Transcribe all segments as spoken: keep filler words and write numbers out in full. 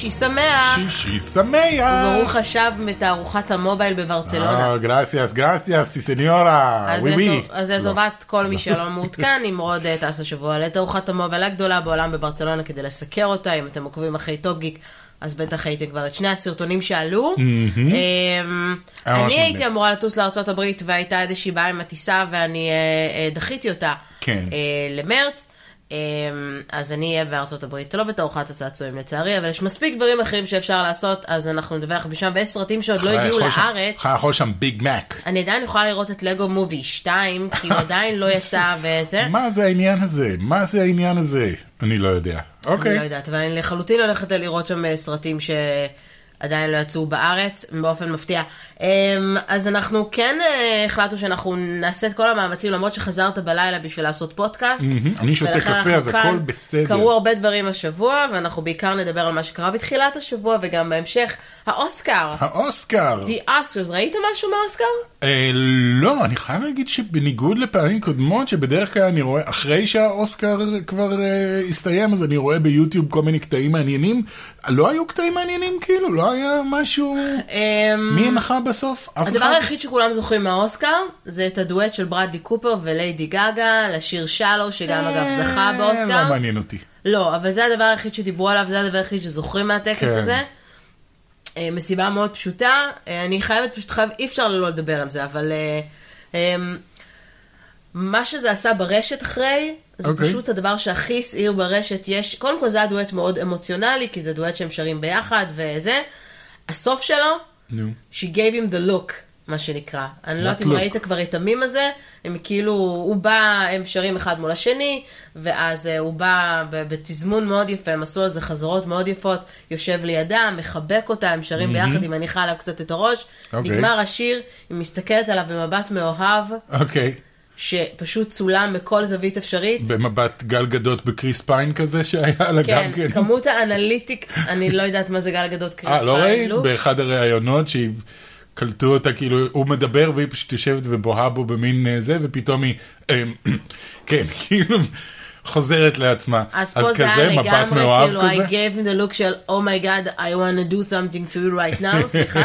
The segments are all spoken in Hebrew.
שישי שמח. שישי שמח. וברוך השב מתערוכת המובייל בברצלונה. אה, גרסיאס, גרסיאס, סי סניורה. אז ווי ווי. אז לטובת כל מי שלא מעודכן, נמרוד טס השבוע לתערוכת המובייל הגדולה בעולם בברצלונה כדי לסקר אותה. אם אתם עוקבים אחרי טופ גיק, אז בטח הייתם כבר את שני הסרטונים שעלו. אני הייתי אמורה לטוס לארצות הברית, והייתה איזושהי בעיה עם הטיסה, ואני דחיתי אותה למרץ. אז אני אהיה בארצות הברית, לא בתערוכת הצעצועים לצערי, אבל יש מספיק דברים אחרים שאפשר לעשות, אז אנחנו נדבר בשם ויש סרטים שעוד לא הגיעו לארץ. יכולה לאכול שם ביג מק. אני עדיין יכולה לראות את לגו מובי שתיים, כי הוא עדיין לא יצא וזה. מה זה העניין הזה? מה זה העניין הזה? אני לא יודע. אוקיי. אני לא יודעת, אבל אני לחלוטין הולכת לראות שם סרטים ש... עדיין לא יצאו בארץ, באופן מפתיע. אז אנחנו כן החלטנו שאנחנו נעשה את כל המאמצים, למרות שחזרת בלילה בשביל לעשות פודקאסט. אני שותה קפה, אז הכל בסדר. קרו הרבה דברים השבוע, ואנחנו בעיקר נדבר על מה שקרה בתחילת השבוע, וגם בהמשך, האוסקר. האוסקר. The Oscars, ראית משהו מהאוסקר? לא, אני חייב להגיד שבניגוד לפעמים קודמות, שבדרך כלל אני רואה, אחרי שהאוסקר כבר הסתיים, אז אני רואה ביוטיוב כל מיני קטעים מעניינים. לא היו קטעים מעניינים כאילו? לא היה משהו... מי הנחה בסוף? הדבר היחיד שכולם זוכרים מהאוסקר, זה את הדואט של ברדלי קופר וליידי גאגה, לשיר שלו, שגם אגב זכה באוסקר. לא מעניין אותי. לא, אבל זה הדבר היחיד שדיברו עליו, זה הדבר היחיד שזוכרים מהטקס הזה. מסיבה מאוד פשוטה, אני חייבת פשוט חייב, אי אפשר לא לדבר על זה, אבל מה שזה עשה ברשת אחרי, זה okay. פשוט הדבר שהכי סעיר ברשת. יש, קודם כל זה הדואט מאוד אמוציונלי, כי זה דואט שהם שרים ביחד וזה. הסוף שלו, no. she gave him the look, מה שנקרא. אני לא יודעת אם ראית כבר את המים הזה, הם כאילו, הוא בא, הם שרים אחד מול השני, ואז הוא בא בתזמון מאוד יפה, הם עשו על זה חזרות מאוד יפות, יושב לידה, מחבק אותה, הם שרים mm-hmm. ביחד, היא מניחה עליו קצת את הראש, okay. נגמר השיר, היא מסתכלת עליו במבט מאוהב, אוקיי. Okay. שפשוט צולם בכל זווית אפשרית. במבט גל גדות בקריס פיין כזה שהיה לה כן, גם כן. כמות האנליטיק, אני לא יודעת מה זה גל גדות קריס פיין. אה, לא ראית? באחד הראיונות שהיא קלטו אותה, כאילו הוא מדבר והיא פשוט יושבת ובוהה בו במין זה, ופתאום היא, כן, כאילו חוזרת לעצמה. אז פה זה היה לגמרי, כאילו, I gave him the look של, oh my god, I want to do something to you right now, סליחה.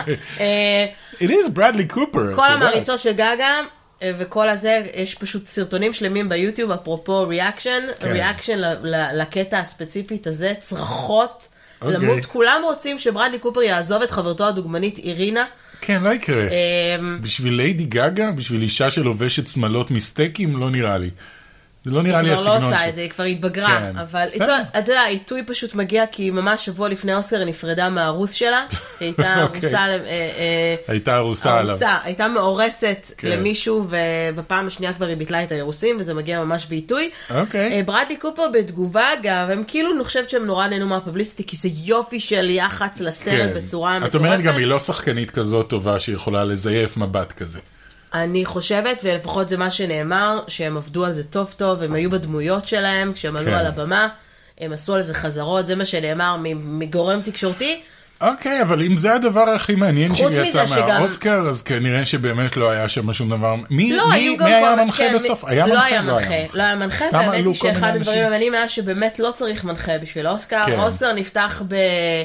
It is Bradley Cooper. כל המעריצות של גאגה, וכל הזה, יש פשוט סרטונים שלמים ביוטיוב, אפרופו ריאקשן, ריאקשן לקטע הספציפית הזה, צרחות, למות, כולם רוצים שברדלי קופר יעזוב את חברתו הדוגמנית אירינה. כן, לא יקרה. בשביל ליידי גאגה, בשביל אישה שלובשת שמלות מסטייקים, לא נראה לי. זה לא נראה לי הסגנון. היא כבר לא עושה את זה, היא כבר התבגרה. אבל אתה יודע, העיתוי פשוט מגיע, כי ממש שבוע לפני אוסקר היא נפרדה מהרוס שלה. היא הייתה הרוסה... הייתה הרוסה עליו. הייתה מאורסת למישהו, ובפעם השנייה כבר היא ביטלה את האירוסים, וזה מגיע ממש בעיתוי. ברדלי קופר בתגובה, אגב, הם כאילו נחשבת שהם נורא נהנו מהפבליסטי, כי זה יופי של יח"צ לסרט בצורה מטורפת. את אומרת גם, היא לא שחקנית כזאת טובה, שיכולה לזייף מבט כזה. אני חושבת, ולפחות זה מה שנאמר, שהם עבדו על זה טוב טוב, הם היו בדמויות שלהם, כשהם עלו על הבמה, הם עשו על זה חזרות, זה מה שנאמר מגורם תקשורתי. אוקיי, אבל אם זה הדבר הכי מעניין שיצא מהאוסקר, אז כנראה שבאמת לא היה שם שום דבר. מי היה מנחה בסוף? לא היה מנחה, לא היה מנחה, והאמת היא שאחד הדברים המעניינים היה שבאמת לא צריך מנחה בשביל האוסקר. האוסקר נפתח ב...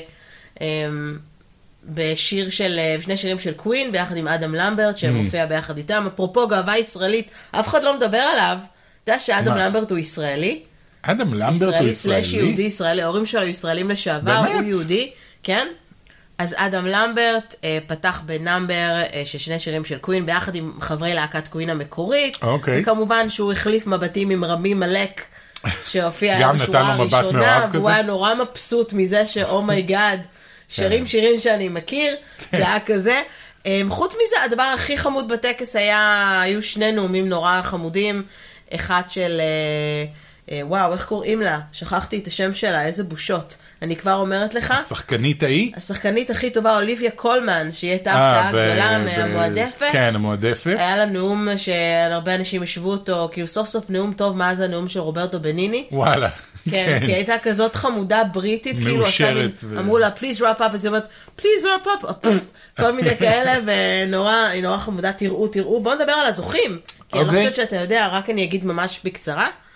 בשיר של, שני שירים של קווין, ביחד עם אדם למברט, שמופיע ביחד איתם. אפרופו גאווה ישראלית, אף אחד לא מדבר עליו. אתה יודע שאדם למברט הוא ישראלי? אדם למברט הוא ישראלי? סלש יהודי ישראלי, ההורים שלו ישראלים לשעבר, הוא יהודי, כן? אז אדם למברט פתח בנאמבר של שני שירים של קווין, ביחד עם חברי להקת קווין המקורית, וכמובן שהוא החליף מבטים עם רמי מלק, שהופיע בשורה הראשונה, והוא היה נורא מבסוט מזה שאומייגאד, שרים שירים שאני מכיר, זה היה כזה. חוץ מזה, הדבר הכי חמוד בטקס היה, היו שני נאומים נורא חמודים, אחד של, וואו, איך קוראים לה? שכחתי את השם שלה, איזה בושות. אני כבר אומרת לך. השחקנית ההיא? השחקנית הכי טובה, אוליביה קולמן, שהיא הייתה הפתעה גדולה מהמועדפת. כן, המועדפת. היה לה נאום שהרבה אנשים ישבו אותו, כאילו סוף סוף נאום טוב, מה זה הנאום של רוברטו בניני. וואלה. כן, כי הייתה כזאת חמודה בריטית, כאילו אמרו לה, please wrap up, אז היא אומרת, please wrap up, כל מיני כאלה, ונורא, היא נורא חמודה, תראו, תראו, בואו נדבר על הזוכים, כי אני חושבת שאתה יודע, רק אני אגיד ממש בקצרה,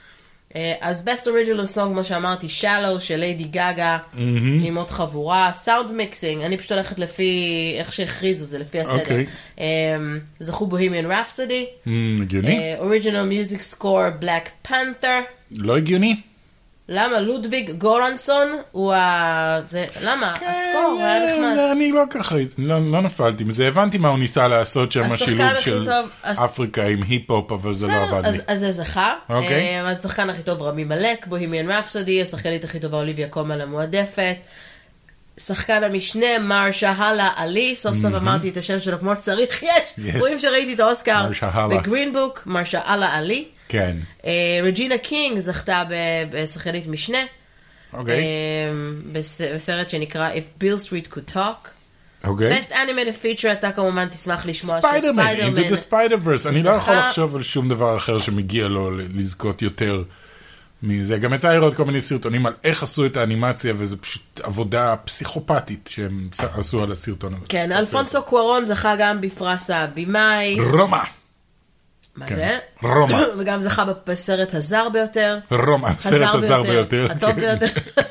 אז Best Original Song, כמו שאמרתי, Shallow של ליידי גגה, עם עוד חבורה, Sound Mixing, אני פשוט הולכת לפי, איך שהכריזו, זה לפי הסדר. זכו Bohemian Rhapsody. הגיוני. Original Music Score, Black Panther. לא הגיוני. למה? לודוויג גורנסון הוא ה... זה... למה? הסקור היה נחמד. אני לא ככה, לא נפלתי מזה. הבנתי מה הוא ניסה לעשות שם, השילוב של אפריקה עם היפ-הופ, אבל זה לא עבד לי. אז זה זכה. אז השחקן הכי טוב רמי מלק, בוהמיאן רפסודי, השחקנית הכי טובה אוליביה קומל המועדפת. שחקן המשנה, מרשה הלה עלי, סוף סוף אמרתי את השם שלו כמו שצריך, יש! רואים שראיתי את האוסקר בגרין בוק, מרשה הלה עלי. כן. רג'ינה קינג זכתה בשחקנית משנה. אוקיי. בסרט שנקרא If Beale Street Could Talk. אוקיי. Best Animated Feature, אתה כמובן תשמח לשמוע ספיידרמן, Into the Spider-Verse. אני לא יכול לחשוב על שום דבר אחר שמגיע לו לזכות יותר מזה. גם יצא לראות כל מיני סרטונים על איך עשו את האנימציה, וזה פשוט עבודה פסיכופתית שהם עשו על הסרטון הזה. כן, אלפונסו קוארון זכה גם בפרס הבימאי. רומא. מה זה? רומא. וגם זכה בסרט הזר ביותר. רומא, הסרט הזר ביותר. הטוב ביותר.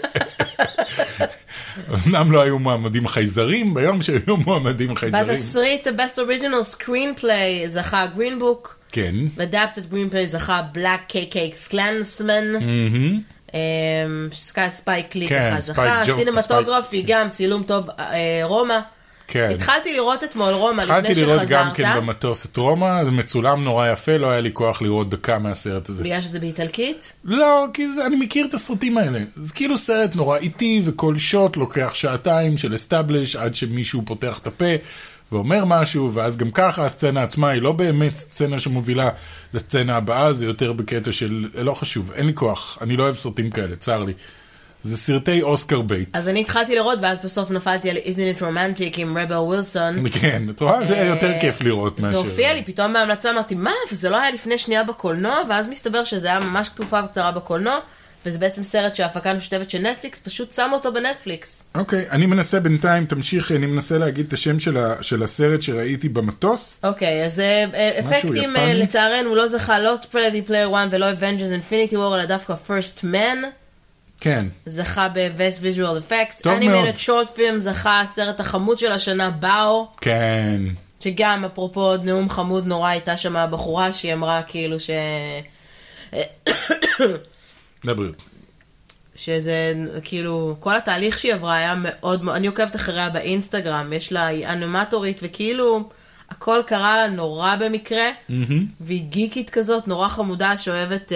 אמנם לא היו מועמדים חייזרים, ביום שהיו מועמדים חייזרים. בתסריט, Best Original Screenplay זכה Green Book. כן. Adapted Screenplay זכה Black K K Klansman. ספייק לי ככה זכה. סינמטוגרפי גם, צילום טוב רומא. כן. התחלתי לראות אתמול רומא לפני שחזרת. התחלתי לראות גם כן במטוס את רומא, זה מצולם נורא יפה, לא היה לי כוח לראות דקה מהסרט הזה. בגלל שזה באיטלקית? לא, כי זה, אני מכיר את הסרטים האלה. זה כאילו סרט נורא איטי, וכל שוט לוקח שעתיים של אסטאבליש, עד שמישהו פותח את הפה ואומר משהו, ואז גם ככה הסצנה עצמה היא לא באמת סצנה שמובילה לסצנה הבאה, זה יותר בקטע של, לא חשוב, אין לי כוח, אני לא אוהב סרטים כאלה, צר לי. זה סרטי אוסקר בייט. אז אני התחלתי לראות, ואז בסוף נפלתי על Isn't It Romantic עם רבל ווילסון. כן, את רואה? זה יותר כיף לראות מאשר. זה הופיע לי, פתאום בהמלצה אמרתי, מה? וזה לא היה לפני שנייה בקולנוע, ואז מסתבר שזה היה ממש כתופה וקצרה בקולנוע, וזה בעצם סרט שההפקה המשותפת של נטפליקס, פשוט שם אותו בנטפליקס. אוקיי, אני מנסה בינתיים, תמשיך, אני מנסה להגיד את השם של הסרט שראיתי במטוס. אוקיי, אז אפקטים לצערנו לא זכה, לא Ready Player One ולא Avengers Infinity War, אלא דווקא First Man. כן. זכה ב-Best Visual Effects. Animated Short Film זכה הסרט החמוד של השנה, באו. כן. שגם, אפרופו נאום חמוד נורא, הייתה שם הבחורה שהיא אמרה כאילו ש... לבריאות. שזה כאילו, כל התהליך שהיא עברה היה מאוד, אני עוקבת אחריה באינסטגרם, יש לה, היא אנימטורית וכאילו, הכל קרה לה נורא במקרה, והיא גיקית כזאת, נורא חמודה שאוהבת...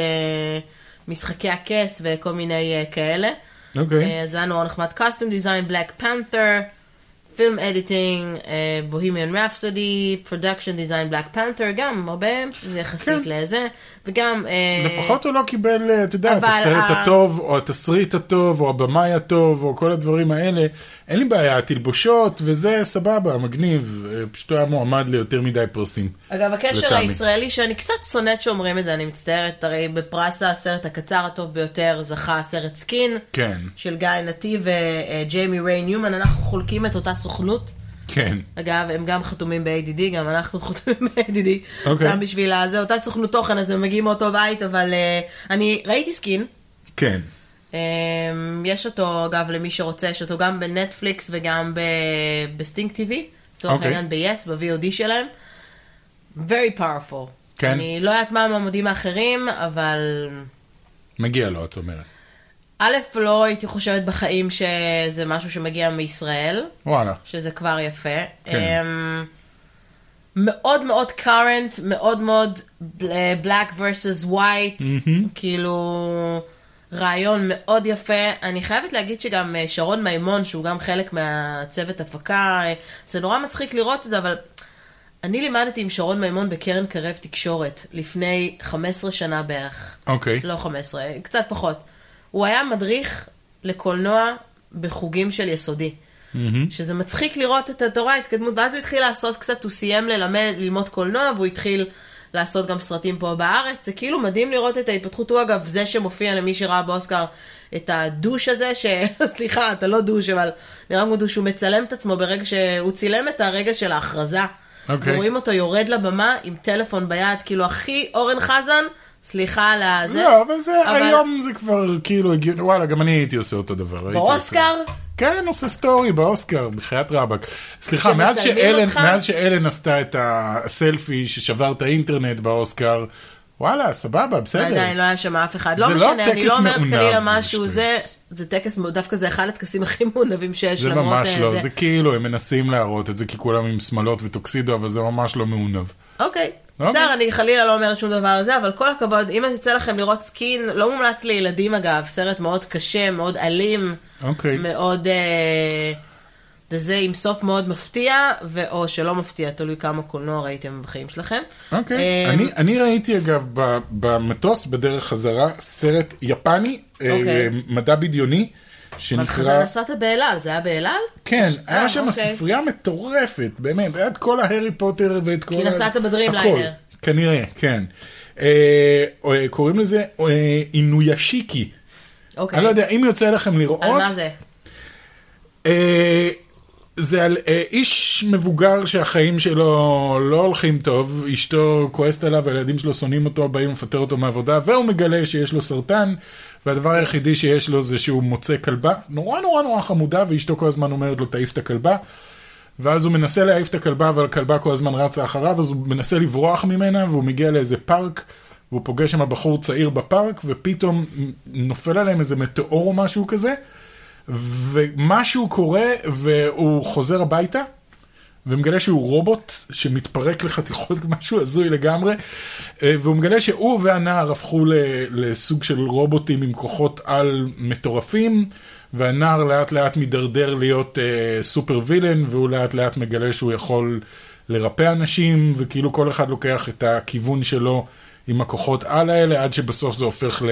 משחקי הכס וכל מיני uh, כאלה. אוקיי. אז זה היה נורא נחמד. Costume Design, Black Panther, Film Editing, uh, Bohemian Rhapsody, Production Design, Black Panther, גם הרבה, זה יחסית לזה, וגם... לפחות הוא לא קיבל, אתה יודע, את הסרט הטוב, או התסריט הטוב, או הבמאי הטוב, או כל הדברים האלה. אין לי בעיה, תלבושות, וזה סבבה, מגניב, פשוט היה מועמד ליותר מדי פרסים. אגב, הקשר הישראלי, שאני קצת שונאת שאומרים את זה, אני מצטערת, הרי בפרס הסרט הקצר הטוב ביותר, זכה הסרט סקין, כן. של גיא נתיב וג'יימי ריי ניומן, אנחנו חולקים את אותה סוכנות. כן. אגב, הם גם חתומים ב-איי די די, גם אנחנו חתומים ב-איי די די. אוקיי. גם בשביל זה, אותה סוכנות תוכן, אז הם מגיעים מאותו בית, אבל uh, אני ראיתי סקין. כן. Um, יש אותו, אגב, למי שרוצה, יש אותו גם בנטפליקס וגם בסטינק טי וי, סוף okay. העניין ב-yes, ב-וי או די שלהם. Very powerful. כן. אני לא יודעת מה המעמדים האחרים, אבל... מגיע לו, את אומרת. א', לא הייתי חושבת בחיים שזה משהו שמגיע מישראל. וואלה. שזה כבר יפה. כן. Um, מאוד מאוד current, מאוד מאוד black versus white, mm-hmm. כאילו רעיון מאוד יפה. אני חייבת להגיד שגם שרון מימון, שהוא גם חלק מהצוות הפקה, זה נורא מצחיק לראות את זה, אבל אני לימדתי עם שרון מימון בקרן קרב תקשורת, לפני חמש עשרה שנה בערך. אוקיי. לא חמש עשרה, קצת פחות. הוא היה מדריך לקולנוע בחוגים של יסודי. שזה מצחיק לראות את התורה, התקדמות, ואז הוא התחיל לעשות קצת, הוא סיים ללמד, ללמוד קולנוע, והוא התחיל לעשות גם סרטים פה בארץ. זה כאילו מדהים לראות את ההתפתחות. הוא אגב, זה שמופיע למי שראה באוסקר את הדוש הזה, ש... סליחה, אתה לא דוש, אבל נראה כמו דוש, הוא מצלם את עצמו ברגע שהוא צילם את הרגע של ההכרזה. אוקיי. ורואים אותו יורד לבמה עם טלפון ביד, כאילו הכי אורן חזן, סליחה על זה. לא, אבל זה, היום זה כבר כאילו, וואלה, גם אני הייתי עושה אותו דבר. באוסקר? כן, עושה סטורי באוסקר, בחיית רבק. סליחה, מאז שאלן עשתה את הסלפי ששבר את האינטרנט באוסקר, וואלה, סבבה, בסדר. עדיין לא היה שם אף אחד. לא משנה, אני לא אומרת חלילה משהו, זה... זה טקס, דווקא זה אחד הטקסים הכי מעונבים שיש. זה ממש לא, זה כאילו, הם מנסים להראות את זה, כי כולם עם שמלות וטוקסידו, אבל זה ממש לא מעונב. אוקיי, בסדר, אני חלילה לא אומרת שום דבר על זה, אבל כל הכבוד, אם תצא לכם לראות סקין, לא מומלץ לילדים אגב, סרט מאוד קשה, מאוד אלים, מאוד, וזה עם סוף מאוד מפתיע, או שלא מפתיע, תלוי כמה קולנוע ראיתם בחיים שלכם. אוקיי, אני ראיתי אגב במטוס בדרך חזרה, סרט יפני, מדע בדיוני, שנקרא... אבל נסעת באלעל, זה היה באלעל? כן, היה שם ספרייה מטורפת, באמת, היה את כל ההרי פוטר ואת כל... כי נסעת בדרימליינר. כנראה, כן. קוראים לזה אינויאשיקי. אני לא יודע, אם יוצא לכם לראות... על מה זה? זה על איש מבוגר שהחיים שלו לא הולכים טוב, אשתו כועסת עליו, והילדים שלו שונאים אותו, באים לפטר אותו מעבודה, והוא מגלה שיש לו סרטן, והדבר היחידי שיש לו זה שהוא מוצא כלבה, נורא נורא נורא חמודה, ואשתו כל הזמן אומרת לו, תעיף את הכלבה, ואז הוא מנסה להעיף את הכלבה, אבל הכלבה כל הזמן רצה אחריו, אז הוא מנסה לברוח ממנה, והוא מגיע לאיזה פארק, והוא פוגש שם בחור צעיר בפארק, ופתאום נופל עליהם איזה מטאור או משהו כזה, ומשהו קורה, והוא חוזר הביתה, ומגלה שהוא רובוט שמתפרק לחתיכות, משהו הזוי לגמרי, והוא מגלה שהוא והנער הפכו לסוג של רובוטים עם כוחות על מטורפים, והנער לאט לאט מדרדר להיות סופר וילן, והוא לאט לאט מגלה שהוא יכול לרפא אנשים, וכאילו כל אחד לוקח את הכיוון שלו עם הכוחות על האלה, עד שבסוף זה הופך ל...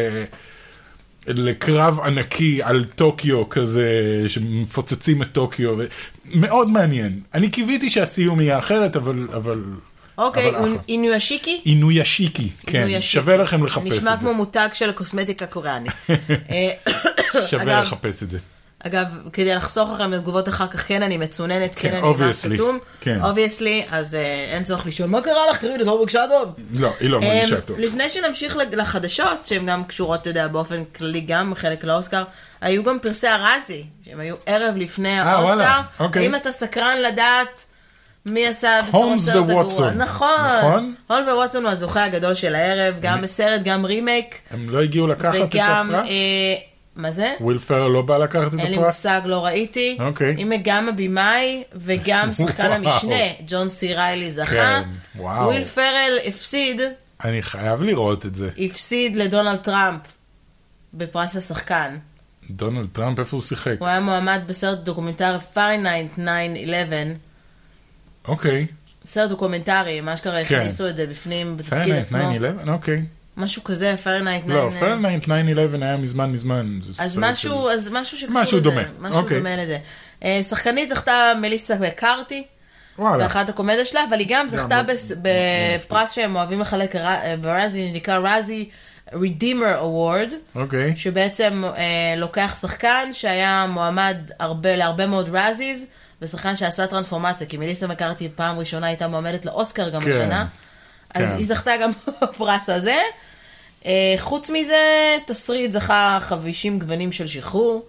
לקרב ענקי על טוקיו כזה, שמפוצצים את טוקיו, מאוד מעניין. אני קיוויתי שהסיום יהיה אחרת, אבל... אבל אוקיי, אינויאשיקי? אינויאשיקי, כן, שווה לכם לחפש את זה. נשמע כמו מותג של קוסמטיקה קוריאני. שווה לחפש את זה. אגב, כדי לחסוך לכם את תגובות אחר כך, כן, אני מצוננת, כן, אני ממש כתום. אובייסלי, אז אין צורך לשאול, מה קרה לך? קראי לתור בקשה טוב. לא, היא לא מרגישה טוב. לפני שנמשיך לחדשות, שהן גם קשורות, אתה יודע, באופן כללי גם חלק לאוסקר, היו גם פרסי הרזי, שהם היו ערב לפני האוסקר. האם אתה סקרן לדעת מי עשה בסוף הסרט הגרוע? נכון. הולמס וווטסון הוא הזוכה הגדול של הערב, גם בסרט, גם רימייק. הם לא הגיעו לקחת את הפרס? מה זה? וויל פרל לא בא לקחת את הפרס? אין לי מושג, לא ראיתי. אוקיי. אם גם הבימאי וגם שחקן המשנה, ג'ון סי ריילי זכה. כן, וואו. וויל פרל הפסיד. אני חייב לראות את זה. הפסיד לדונלד טראמפ בפרס השחקן. דונלד טראמפ, איפה הוא שיחק? הוא היה מועמד בסרט דוקומנטרי פארנהייט תשע אחת עשרה. אוקיי. סרט דוקומנטרי, מה שקרה, הכניסו את זה בפנים בתפקיד עצמו. פארנהייט תשע אחת עשרה, אוקיי. משהו כזה, פארנהייט תשע... לא, פארנהייט תשע אחת עשרה היה מזמן מזמן. אז משהו, אז משהו שקשור לזה. משהו דומה. משהו דומה לזה. שחקנית זכתה מליסה מקארתי, באחת הקומדיה שלה, אבל היא גם זכתה בפרס שהם אוהבים לחלק ברזי, נקרא רזי Redeemer Award, שבעצם לוקח שחקן שהיה מועמד להרבה מאוד רזיז, ושחקן שעשה טרנספורמציה, כי מליסה מקארתי פעם ראשונה הייתה מועמדת לאוסקר גם השנה, אז היא זכתה גם בפרס הזה. חוץ מזה, תסריט זכה חמישים גוונים של שחרור.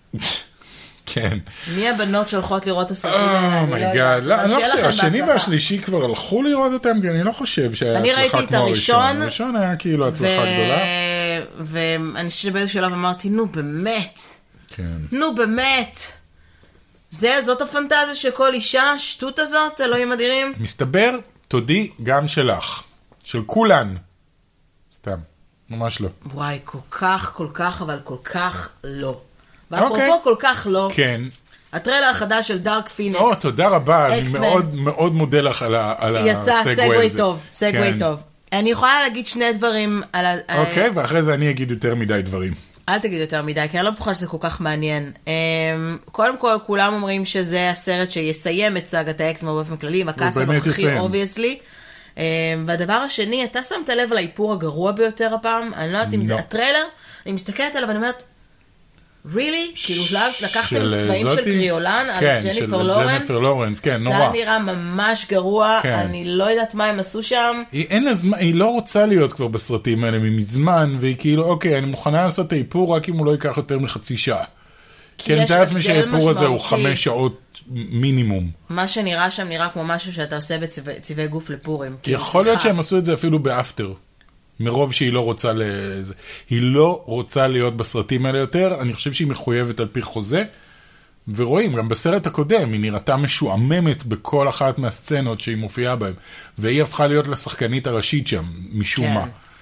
כן. מי הבנות שהולכות לראות את הסרטים האלה? אומייגאד, לא, אני לא חושב, השני והשלישי כבר הלכו לראות אותם, כי אני לא חושב שהיה הצלחה כמו הראשון. הראשון היה כאילו הצלחה גדולה. ואני חושב שבאיזו שלב אמרתי, נו באמת, נו באמת. זה, זאת הפנטזיה שכל אישה, שטות הזאת, אלוהים אדירים. מסתבר, תודי גם שלך. של כולן. סתם, ממש לא. וואי, כל כך, כל כך, אבל כל כך לא. ואפרופו כל כך לא. כן. הטריילר החדש של דארק פיניקס. או, תודה רבה. אני מאוד מאוד מודה לך על הסגווי הזה. יצא, סגווי טוב. סגווי טוב. אני יכולה להגיד שני דברים על... אוקיי, ואחרי זה אני אגיד יותר מדי דברים. אל תגיד יותר מדי, כי אני לא בטוחה שזה כל כך מעניין. קודם כל, כולם אומרים שזה הסרט שיסיים את סאגת האקס-מן באופן כללי, עם הקאסט הנוכחי, אובייסלי. והדבר השני, אתה שמת לב על האיפור הגרוע ביותר הפעם? אני לא יודעת אם זה הטריילר, אני מסתכלת עליו ואני אומרת, really? כאילו לקחתם צבעים של קריולן על ג'ניפר לורנס? כן, של ג'ניפר לורנס, כן, נורא. זה נראה ממש גרוע, אני לא יודעת מה הם עשו שם. היא לא רוצה להיות כבר בסרטים האלה מזמן, והיא כאילו, אוקיי, אני מוכנה לעשות האיפור רק אם הוא לא ייקח יותר מחצי שעה. כי אני יודעת שהאיפור הזה הוא חמש שעות מינימום. מה שנראה שם נראה כמו משהו שאתה עושה בצבעי גוף לפורים. יכול להיות שהם עשו את זה אפילו באפטר. מרוב שהיא לא רוצה לזה. היא לא רוצה להיות בסרטים האלה יותר, אני חושב שהיא מחויבת על פי חוזה, ורואים, גם בסרט הקודם, היא נראתה משועממת בכל אחת מהסצנות שהיא מופיעה בהן, והיא הפכה להיות לשחקנית הראשית שם, משום מה.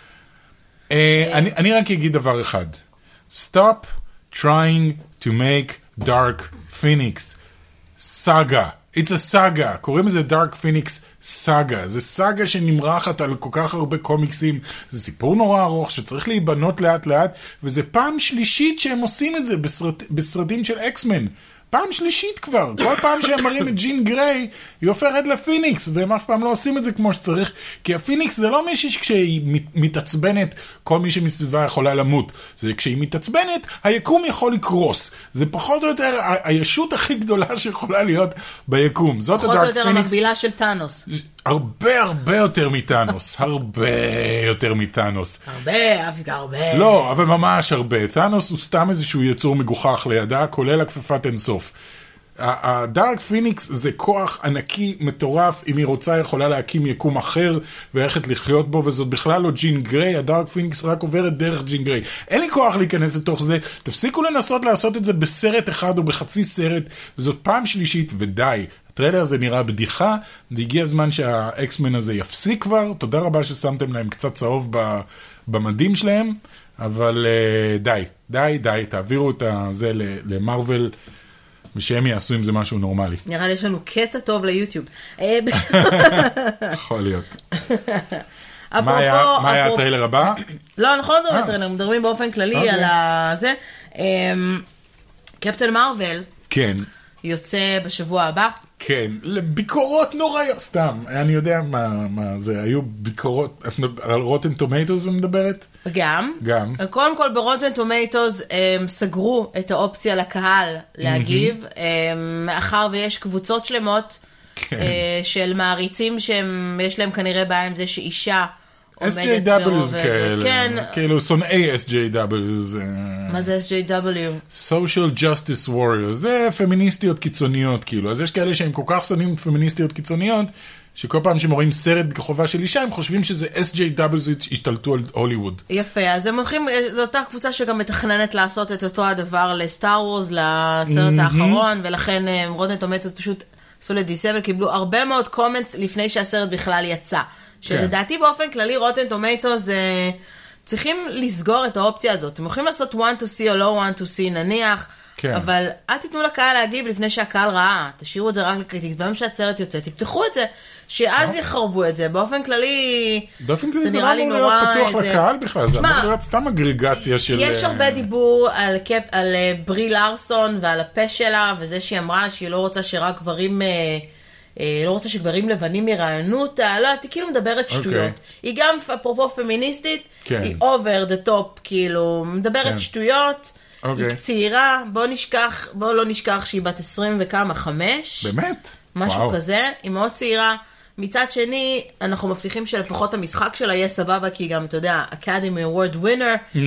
אני רק אגיד דבר אחד. Stop trying to make Dark Phoenix saga. It's a saga. קוראים לזה Dark Phoenix saga. זה סאגה שנמרחת על כל כך הרבה קומיקסים. זה סיפור נורא ארוך שצריך להיבנות לאט לאט, וזה פעם שלישית שהם עושים את זה בסרט, בסרטים של אקסמן. פעם שלישית כבר. כל פעם שהם מראים את ג'ין גריי, היא הופכת לפיניקס, והם אף פעם לא עושים את זה כמו שצריך, כי הפיניקס זה לא מישהי שכשהיא מתעצבנת, כל מי שמסביבה יכולה למות. זה כשהיא מתעצבנת, היקום יכול לקרוס. זה פחות או יותר הישות הכי גדולה שיכולה להיות ביקום. זאת פחות או יותר המקבילה של טאנוס. הרבה הרבה יותר מטאנוס. הרבה יותר מטאנוס. הרבה, אהבתי את הרבה. לא, אבל ממש הרבה. טאנוס הוא סתם איזשהו יצור מגוחך לידה, כולל הכפפת אינסוף. הדארק פיניקס זה כוח ענקי מטורף, אם היא רוצה יכולה להקים יקום אחר והלכת לחיות בו, וזאת בכלל לא ג'ין גריי, הדארק פיניקס רק עוברת דרך ג'ין גריי. אין לי כוח להיכנס לתוך זה, תפסיקו לנסות לעשות את זה בסרט אחד או בחצי סרט, וזאת פעם שלישית ודי. הטריילר הזה נראה בדיחה, והגיע הזמן שהאקסמן הזה יפסיק כבר, תודה רבה ששמתם להם קצת צהוב במדים שלהם, אבל די, די, די, תעבירו את זה למרוול, ושהם יעשו עם זה משהו נורמלי. נראה לי יש לנו קטע טוב ליוטיוב. יכול להיות. מה היה הטריילר הבא? לא, אנחנו לא מדברים על הטריילר, מדברים באופן כללי על זה. קפטן מרוול יוצא בשבוע הבא. כן, לביקורות נוראיות, סתם, אני יודע מה, מה זה, היו ביקורות, על רוטן טומטוס מדברת? גם. גם. קודם כל ברוטן טומטוס הם סגרו את האופציה לקהל להגיב, מאחר ויש קבוצות שלמות של מעריצים שיש להם כנראה בעיה עם זה שאישה אס ג'יי דאבליו כאלה, כאילו שונאי אס ג'יי דאבליו. מה זה אס ג'יי דאבליו? Social Justice Warriors, זה פמיניסטיות קיצוניות כאילו, אז יש כאלה שהם כל כך שונאים פמיניסטיות קיצוניות, שכל פעם שהם רואים סרט כחובה של אישה, הם חושבים שזה אס ג'יי דאבליו השתלטו על הוליווד. יפה, אז הם הולכים, זו אותה קבוצה שגם מתכננת לעשות את אותו הדבר לסטאר וורס, לסרט האחרון, ולכן רוטן טומטוס פשוט עשו לדיסבל, קיבלו הרבה מאוד קומנטס לפני שהסרט בכלל יצא. שלדעתי באופן כללי רוטן טומטוס צריכים לסגור את האופציה הזאת. הם יכולים לעשות want to see או לא want to see נניח, אבל אל תיתנו לקהל להגיב לפני שהקהל ראה. תשאירו את זה רק לקריטיקס. ביום שהסרט יוצא, תפתחו את זה, שאז יחרבו את זה. באופן כללי, זה נראה לי נורא... פתוח לקהל בכלל, זה אמור להיות סתם אגרגציה של... יש הרבה דיבור על ברי לארסון ועל הפה שלה, וזה שהיא אמרה שהיא לא רוצה שרק גברים... לא רוצה שגברים לבנים ירענו אותה, לא, היא כאילו מדברת שטויות. היא גם, אפרופו פמיניסטית, היא over the top, כאילו, מדברת שטויות, היא צעירה, בוא נשכח, בוא לא נשכח שהיא בת עשרים וכמה, חמש. באמת? משהו כזה, היא מאוד צעירה. מצד שני, אנחנו מבטיחים שלפחות המשחק שלה יהיה סבבה, כי גם, אתה יודע, Academy Award winner,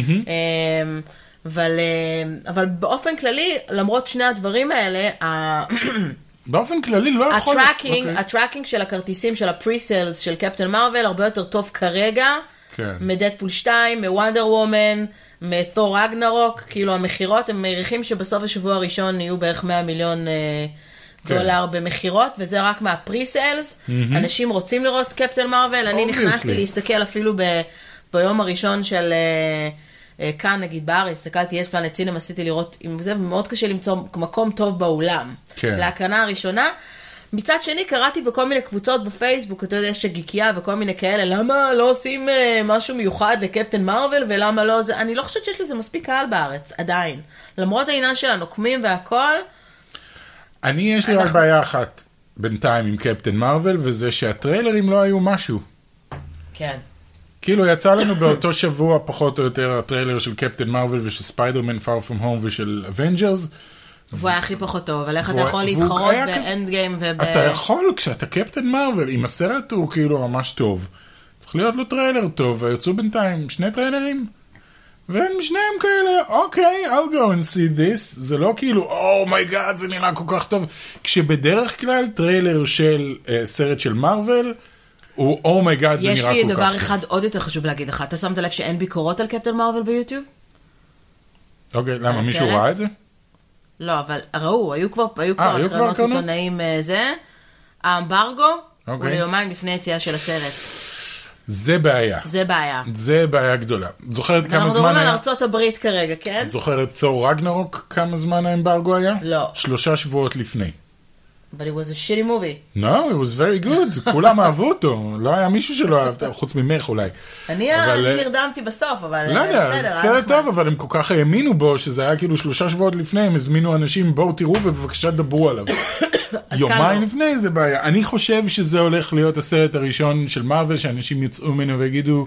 אבל באופן כללי, למרות שני הדברים האלה, באופן כללי לא יכול... הטראקינג של הכרטיסים של הפרי-סיילס של קפטן מרוול הרבה יותר טוב כרגע, מדדפול שתיים, מוונדר וומן, מתור רגנרוק, כאילו המחירות, הם מעריכים שבסוף השבוע הראשון יהיו בערך מאה מיליון דולר במחירות, וזה רק מהפרי-סיילס. אנשים רוצים לראות קפטן מרוול, אני נכנסתי להסתכל אפילו ביום הראשון של... כאן נגיד בארץ, הסתכלתי, יש פלנט סינמה, עשיתי לראות, זה מאוד קשה למצוא מקום טוב באולם, להקרנה הראשונה. מצד שני, קראתי בכל מיני קבוצות בפייסבוק, אתה יודע, שגיקייה וכל מיני כאלה, למה לא עושים משהו מיוחד לקפטן מרוול, ולמה לא זה, אני לא חושבת שיש לזה מספיק קהל בארץ, עדיין. למרות העניין של הנוקמים והכל. אני, יש לי רק בעיה אחת, בינתיים עם קפטן מרוול, וזה שהטריילרים לא היו משהו. כן. כאילו יצא לנו באותו שבוע פחות או יותר הטריילר של קפטן מרוול ושל ספיידרמן פאר פרום הום ושל אבנג'רס. והוא היה הכי פחות טוב, אבל איך אתה יכול להתחרות באנד גיים וב... אתה יכול, כשאתה קפטן מרוול, אם הסרט הוא כאילו ממש טוב, צריך להיות לו טריילר טוב, ויוצאו בינתיים שני טריילרים, והם שניהם כאלה, אוקיי, I'll go and see this, זה לא כאילו, אומייגאד, זה נראה כל כך טוב, כשבדרך כלל טריילר של סרט של מרוול, הוא אומייגאד, זה נראה כל כך טוב. יש לי דבר אחד עוד יותר חשוב להגיד לך, אתה שמת לב שאין ביקורות על קפטן מרוול ביוטיוב? אוקיי, למה, מישהו ראה את זה? לא, אבל ראו, היו כבר, היו כבר הקרנות עיתונאים זה, האמברגו, הוא ליומיים לפני יציאה של הסרט. זה בעיה. זה בעיה. זה בעיה גדולה. זוכרת כמה זמן היה? אנחנו מדברים על ארצות הברית כרגע, כן? את זוכרת תור רגנרוק כמה זמן האמברגו היה? לא. שלושה שבועות לפני. But it was a shitty movie. No, it was very good. כולם אהבו אותו. לא היה מישהו שלא אהב, חוץ ממך אולי. אני נרדמתי בסוף, אבל לא יודע, סרט טוב, אבל הם כל כך האמינו בו, שזה היה כאילו שלושה שבועות לפני, הם הזמינו אנשים, בואו תראו ובבקשה דברו עליו. יומיים לפני זה בעיה. אני חושב שזה הולך להיות הסרט הראשון של מרוול, שאנשים יצאו ממנו ויגידו,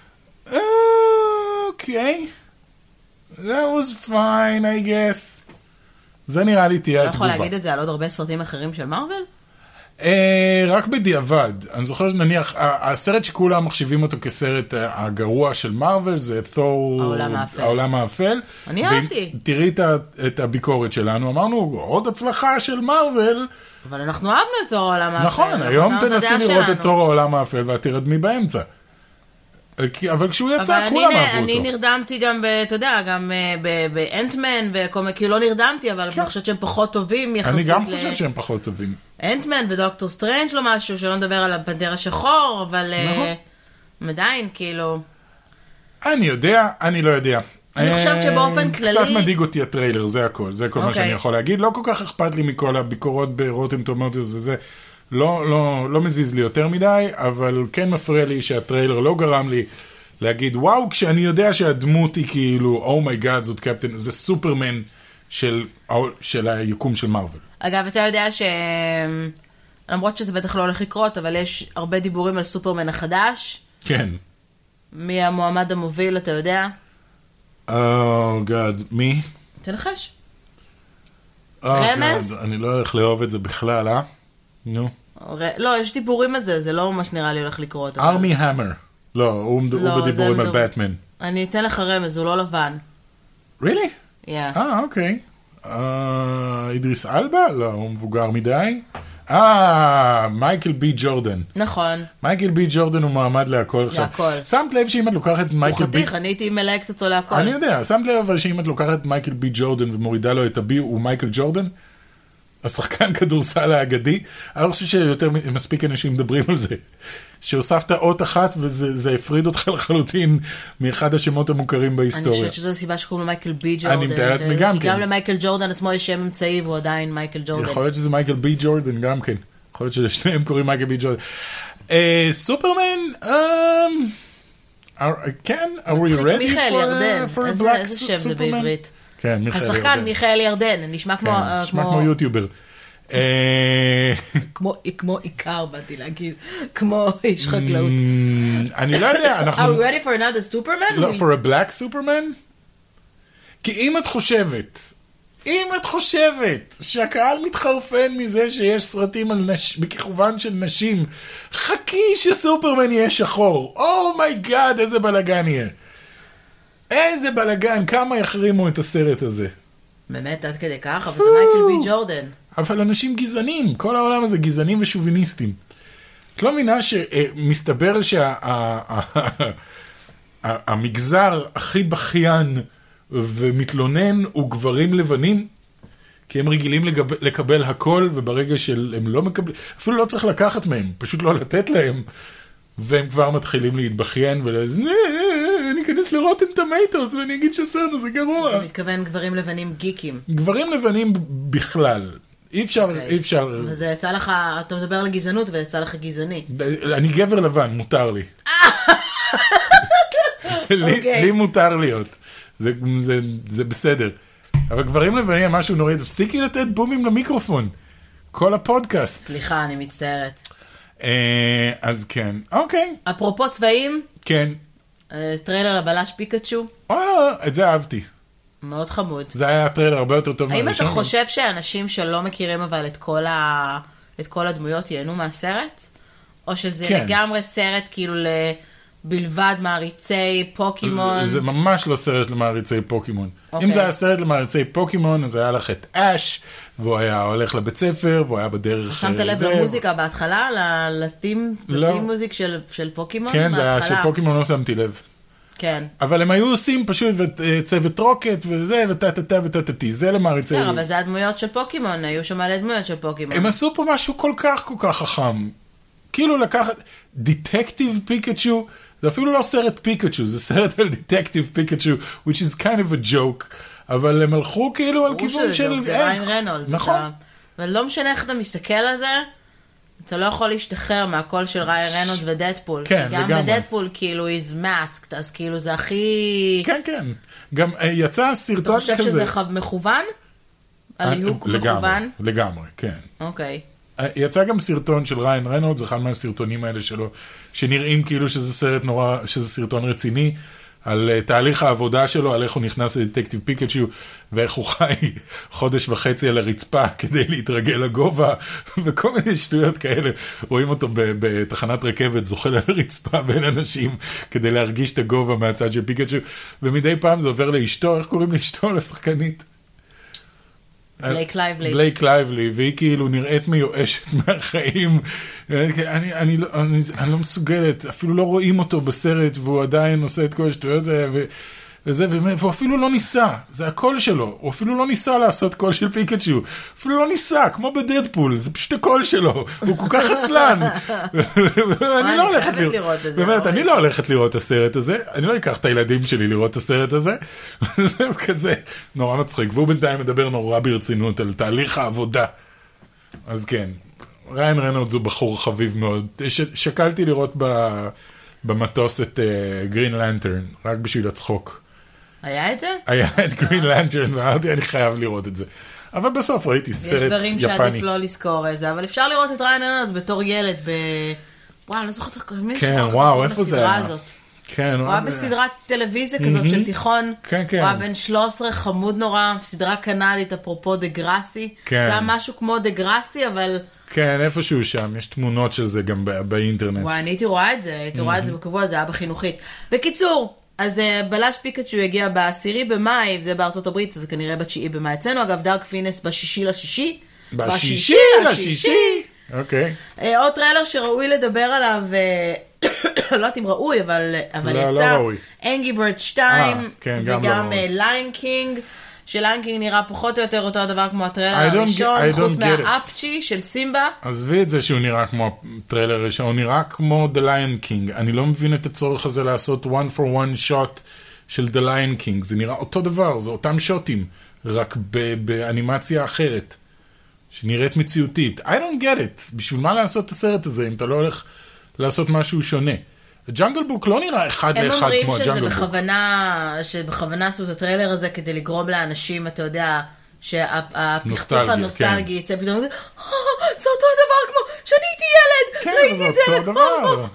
אוקיי, that was fine, I guess. זה נראה לי תהיה התגובה. אתה יכול להגיד את זה על עוד הרבה סרטים אחרים של מרוול? רק בדיעבד. אני זוכר שנניח, הסרט שכולם מחשיבים אותו כסרט הגרוע של מרוול, זה תור... העולם האפל. אני אהבתי. תראי את הביקורת שלנו, אמרנו, עוד הצלחה של מרוול. אבל אנחנו אהבנו את תור העולם האפל. נכון, היום תנסי לראות את תור העולם האפל, ואת תרדמי באמצע. אבל כשהוא יצא, כולם אהבו אותו. אני נרדמתי גם, אתה יודע, גם באנטמן, כאילו לא נרדמתי, אבל אני חושבת שהם פחות טובים יחסית. אני גם חושבת שהם פחות טובים. אנטמן ודוקטור סטרנג' לא משהו, שלא נדבר על הפנתר השחור, אבל עדיין, כאילו... אני יודע, אני לא יודע. אני חושבת שבאופן כללי... קצת מדאיג אותי הטריילר, זה הכל, זה כל מה שאני יכול להגיד. לא כל כך אכפת לי מכל הביקורות ברוטן טומטוס וזה. לא, לא, לא מזיז לי יותר מדי, אבל כן מפריע לי שהטריילר לא גרם לי להגיד, וואו, כשאני יודע שהדמות היא כאילו, אומייגאד, זאת קפטן, זה סופרמן של, של היקום של מרוול. אגב, אתה יודע ש... למרות שזה בטח לא הולך לקרות, אבל יש הרבה דיבורים על סופרמן החדש. כן. מי המועמד המוביל, אתה יודע? או, גאד, מי? תנחש. רמז? אני לא הולך לאהוב את זה בכלל, אה? נו. לא, יש דיבורים על זה, זה לא ממש נראה לי הולך לקרות. ארמי המר. לא, הוא בדיבורים על בטמן. אני אתן לך רמז, הוא לא לבן. really? כן. אה, אוקיי. אידריס אלבה? לא, הוא מבוגר מדי. אה, מייקל בי ג'ורדן. נכון. מייקל בי ג'ורדן הוא מעמד להכל עכשיו. להכל. שמת לב שאם את לוקחת מייקל בי... הוא חתיך, אני הייתי מלהקת אותו להכל. אני יודע, שמת לב אבל שאם את לוקחת מייקל בי ג'ורדן ומורידה לו את הבי, הוא מייקל ג'ורדן? השחקן כדורסל האגדי, אני לא חושב שיותר מספיק אנשים מדברים על זה, שהוספת אות אחת וזה הפריד אותך לחלוטין מאחד השמות המוכרים בהיסטוריה. אני חושבת שזו הסיבה שקוראים למייקל בי ג'ורדן. אני מתאר לעצמי גם כן. כי גם למייקל ג'ורדן עצמו יש שם אמצעי והוא עדיין מייקל ג'ורדן. יכול להיות שזה מייקל בי ג'ורדן גם כן. יכול להיות שלשניהם קוראים מייקל בי ג'ורדן. סופרמן, כן, are we ready for a black איזה שם זה בעברית? כן, מיכאל ירדן. השחקן מיכאל ירדן, נשמע כמו... נשמע כמו יוטיובר. כמו עיקר, באתי להגיד, כמו איש חקלאות. אני לא יודע, אנחנו... Are we ready for another Superman? לא, for a black Superman? כי אם את חושבת, אם את חושבת שהקהל מתחרפן מזה שיש סרטים על נש... בכיכובן של נשים, חכי שסופרמן יהיה שחור. אומייגאד, איזה בלגן יהיה. איזה בלגן, כמה יחרימו את הסרט הזה. באמת, עד כדי כך, אבל זה מייקל בי ג'ורדן. אבל אנשים גזענים, כל העולם הזה גזענים ושוביניסטים. את לא מבינה שמסתבר שהמגזר הכי בכיין ומתלונן הוא גברים לבנים, כי הם רגילים לקבל הכל, וברגע שהם לא מקבלים, אפילו לא צריך לקחת מהם, פשוט לא לתת להם, והם כבר מתחילים להתבכיין ולאז, אני אכנס לרוטן טומטוס ואני אגיד שהסרט הזה גרוע. אתה מתכוון גברים לבנים גיקים. גברים לבנים בכלל. אי אפשר, אי אפשר. וזה יצא לך, אתה מדבר על גזענות וזה יצא לך גזעני. אני גבר לבן, מותר לי. לי מותר להיות. זה בסדר. אבל גברים לבנים, משהו נוריד, תפסיקי לתת בומים למיקרופון. כל הפודקאסט. סליחה, אני מצטערת. אז כן, אוקיי. אפרופו צבעים? כן. טריילר לבלש פיקאצ'ו. אה, את זה אהבתי. מאוד חמוד. זה היה טריילר הרבה יותר טוב מהראשון. האם אתה חושב שאנשים שלא מכירים אבל את כל, ה... את כל הדמויות ייהנו מהסרט? או שזה כן. לגמרי סרט כאילו בלבד מעריצי פוקימון? זה ממש לא סרט למעריצי פוקימון. אוקיי. אם זה היה סרט למעריצי פוקימון, אז היה לך את אש, והוא היה הולך לבית ספר, והוא היה בדרך... שמת לב למוזיקה בהתחלה? לטים מוזיק של, של פוקימון? כן, זה היה של פוקימון, לא שמתי לב. כן. אבל הם היו עושים פשוט צוות רוקט וזה, וטטטה וטטטי, זה למעריצי... בסדר, אבל זה הדמויות של פוקימון, היו שם מלא דמויות של פוקימון. הם עשו פה משהו כל כך כל כך חכם. כאילו לקחת דטקטיב פיקאצ'ו, זה אפילו לא סרט פיקאצ'ו, זה סרט על דטקטיב פיקאצ'ו, which is kind of a joke, אבל הם הלכו כאילו על כיוון של... זה ריין רנולדס. נכון. ולא משנה איך אתה מסתכל על זה, אתה לא יכול להשתחרר מהקול של ריין רנולדס ודדפול. כן, לגמרי. גם בדדפול כאילו is masked, אז כאילו זה הכי... כן, כן. גם יצא סרטון כזה. אתה חושב שזה מכוון? על ליהוק מכוון? לגמרי, כן. אוקיי. יצא גם סרטון של ריין רנולדס, אחד מהסרטונים האלה שלו, שנראים כאילו שזה סרט נורא, שזה סרטון רציני, על תהליך העבודה שלו, על איך הוא נכנס לדטקטיב פיקאצ'ו, ואיך הוא חי חודש וחצי על הרצפה כדי להתרגל לגובה, וכל מיני שטויות כאלה. רואים אותו בתחנת רכבת, זוחל על הרצפה בין אנשים, כדי להרגיש את הגובה מהצד של פיקאצ'ו, ומדי פעם זה עובר לאשתו, איך קוראים לאשתו? לשחקנית? בלייק לייבלי. בלייק לייבלי, והיא כאילו נראית מיואשת מהחיים. אני, אני, לא, אני, אני לא מסוגלת, אפילו לא רואים אותו בסרט, והוא עדיין עושה את כל השטויות האלה, וזה, והוא אפילו לא ניסה, זה הקול שלו, הוא אפילו לא ניסה לעשות קול של פיקאצ'ו, אפילו לא ניסה, כמו בדדפול, זה פשוט הקול שלו, הוא כל כך עצלן. אני לא הולכת לראות את זה. באמת, אני לא הולכת לראות את הסרט הזה, אני לא אקח את הילדים שלי לראות את הסרט הזה, זה כזה נורא מצחיק, והוא בינתיים מדבר נורא ברצינות על תהליך העבודה. אז כן, ריין רנולדס הוא בחור חביב מאוד, שקלתי לראות במטוס את גרין לנטרן, רק בשביל הצחוק. היה את זה? היה את גרין לנטרן, ואמרתי, אני חייב לראות את זה. אבל בסוף ראיתי סרט יפני. יש דברים שעדיף לא לזכור איזה, אבל אפשר לראות את ריין רנולדס בתור ילד ב... וואו, אני לא זוכרת מי כן, וואו, איפה זה היה? כן, הוא היה בסדרת טלוויזיה כזאת של תיכון. כן, כן. הוא היה בן שלוש עשרה, חמוד נורא, סדרה קנדית, אפרופו דה גרסי. זה היה משהו כמו דה גרסי, אבל... כן, איפשהו שם, יש תמונות של זה גם באינטרנט. וואי, אני הייתי רואה את זה, הייתי רואה את זה בקבוע, זה היה בחינוכית. בקיצור, אז בלש פיקאצ'ו הגיע בעשירי במאי, זה בארצות הברית, זה כנראה בתשיעי במאי אצלנו, אגב דארק פינס בשישי לשישי. בשישי לשישי? אוקיי. עוד טריילר שראוי לדבר עליו, לא יודעת אם ראוי, אבל יצא, אנגרי ברד שתיים, וגם ליין קינג, שליין קינג נראה פחות או יותר אותו הדבר כמו הטריילר הראשון, חוץ מהאפצ'י של סימבה. עזבי את זה שהוא נראה כמו הטריילר הראשון, הוא נראה כמו The Lion King. אני לא מבין את הצורך הזה לעשות one for one shot של The Lion King. זה נראה אותו דבר, זה אותם שוטים, רק באנימציה אחרת, שנראית מציאותית. I don't get it. בשביל מה לעשות את הסרט הזה, אם אתה לא הולך לעשות משהו שונה? הג'אנגל בוק לא נראה אחד לאחד כמו הג'אנגל בוק. הם אומרים שבכוונה עשו את הטריילר הזה כדי לגרום לאנשים, אתה יודע, שהפכפוך הנוסטלגי יצא פתאום, זה אותו דבר כמו שאני הייתי ילד, ראיתי את זה. כן, זה אותו דבר.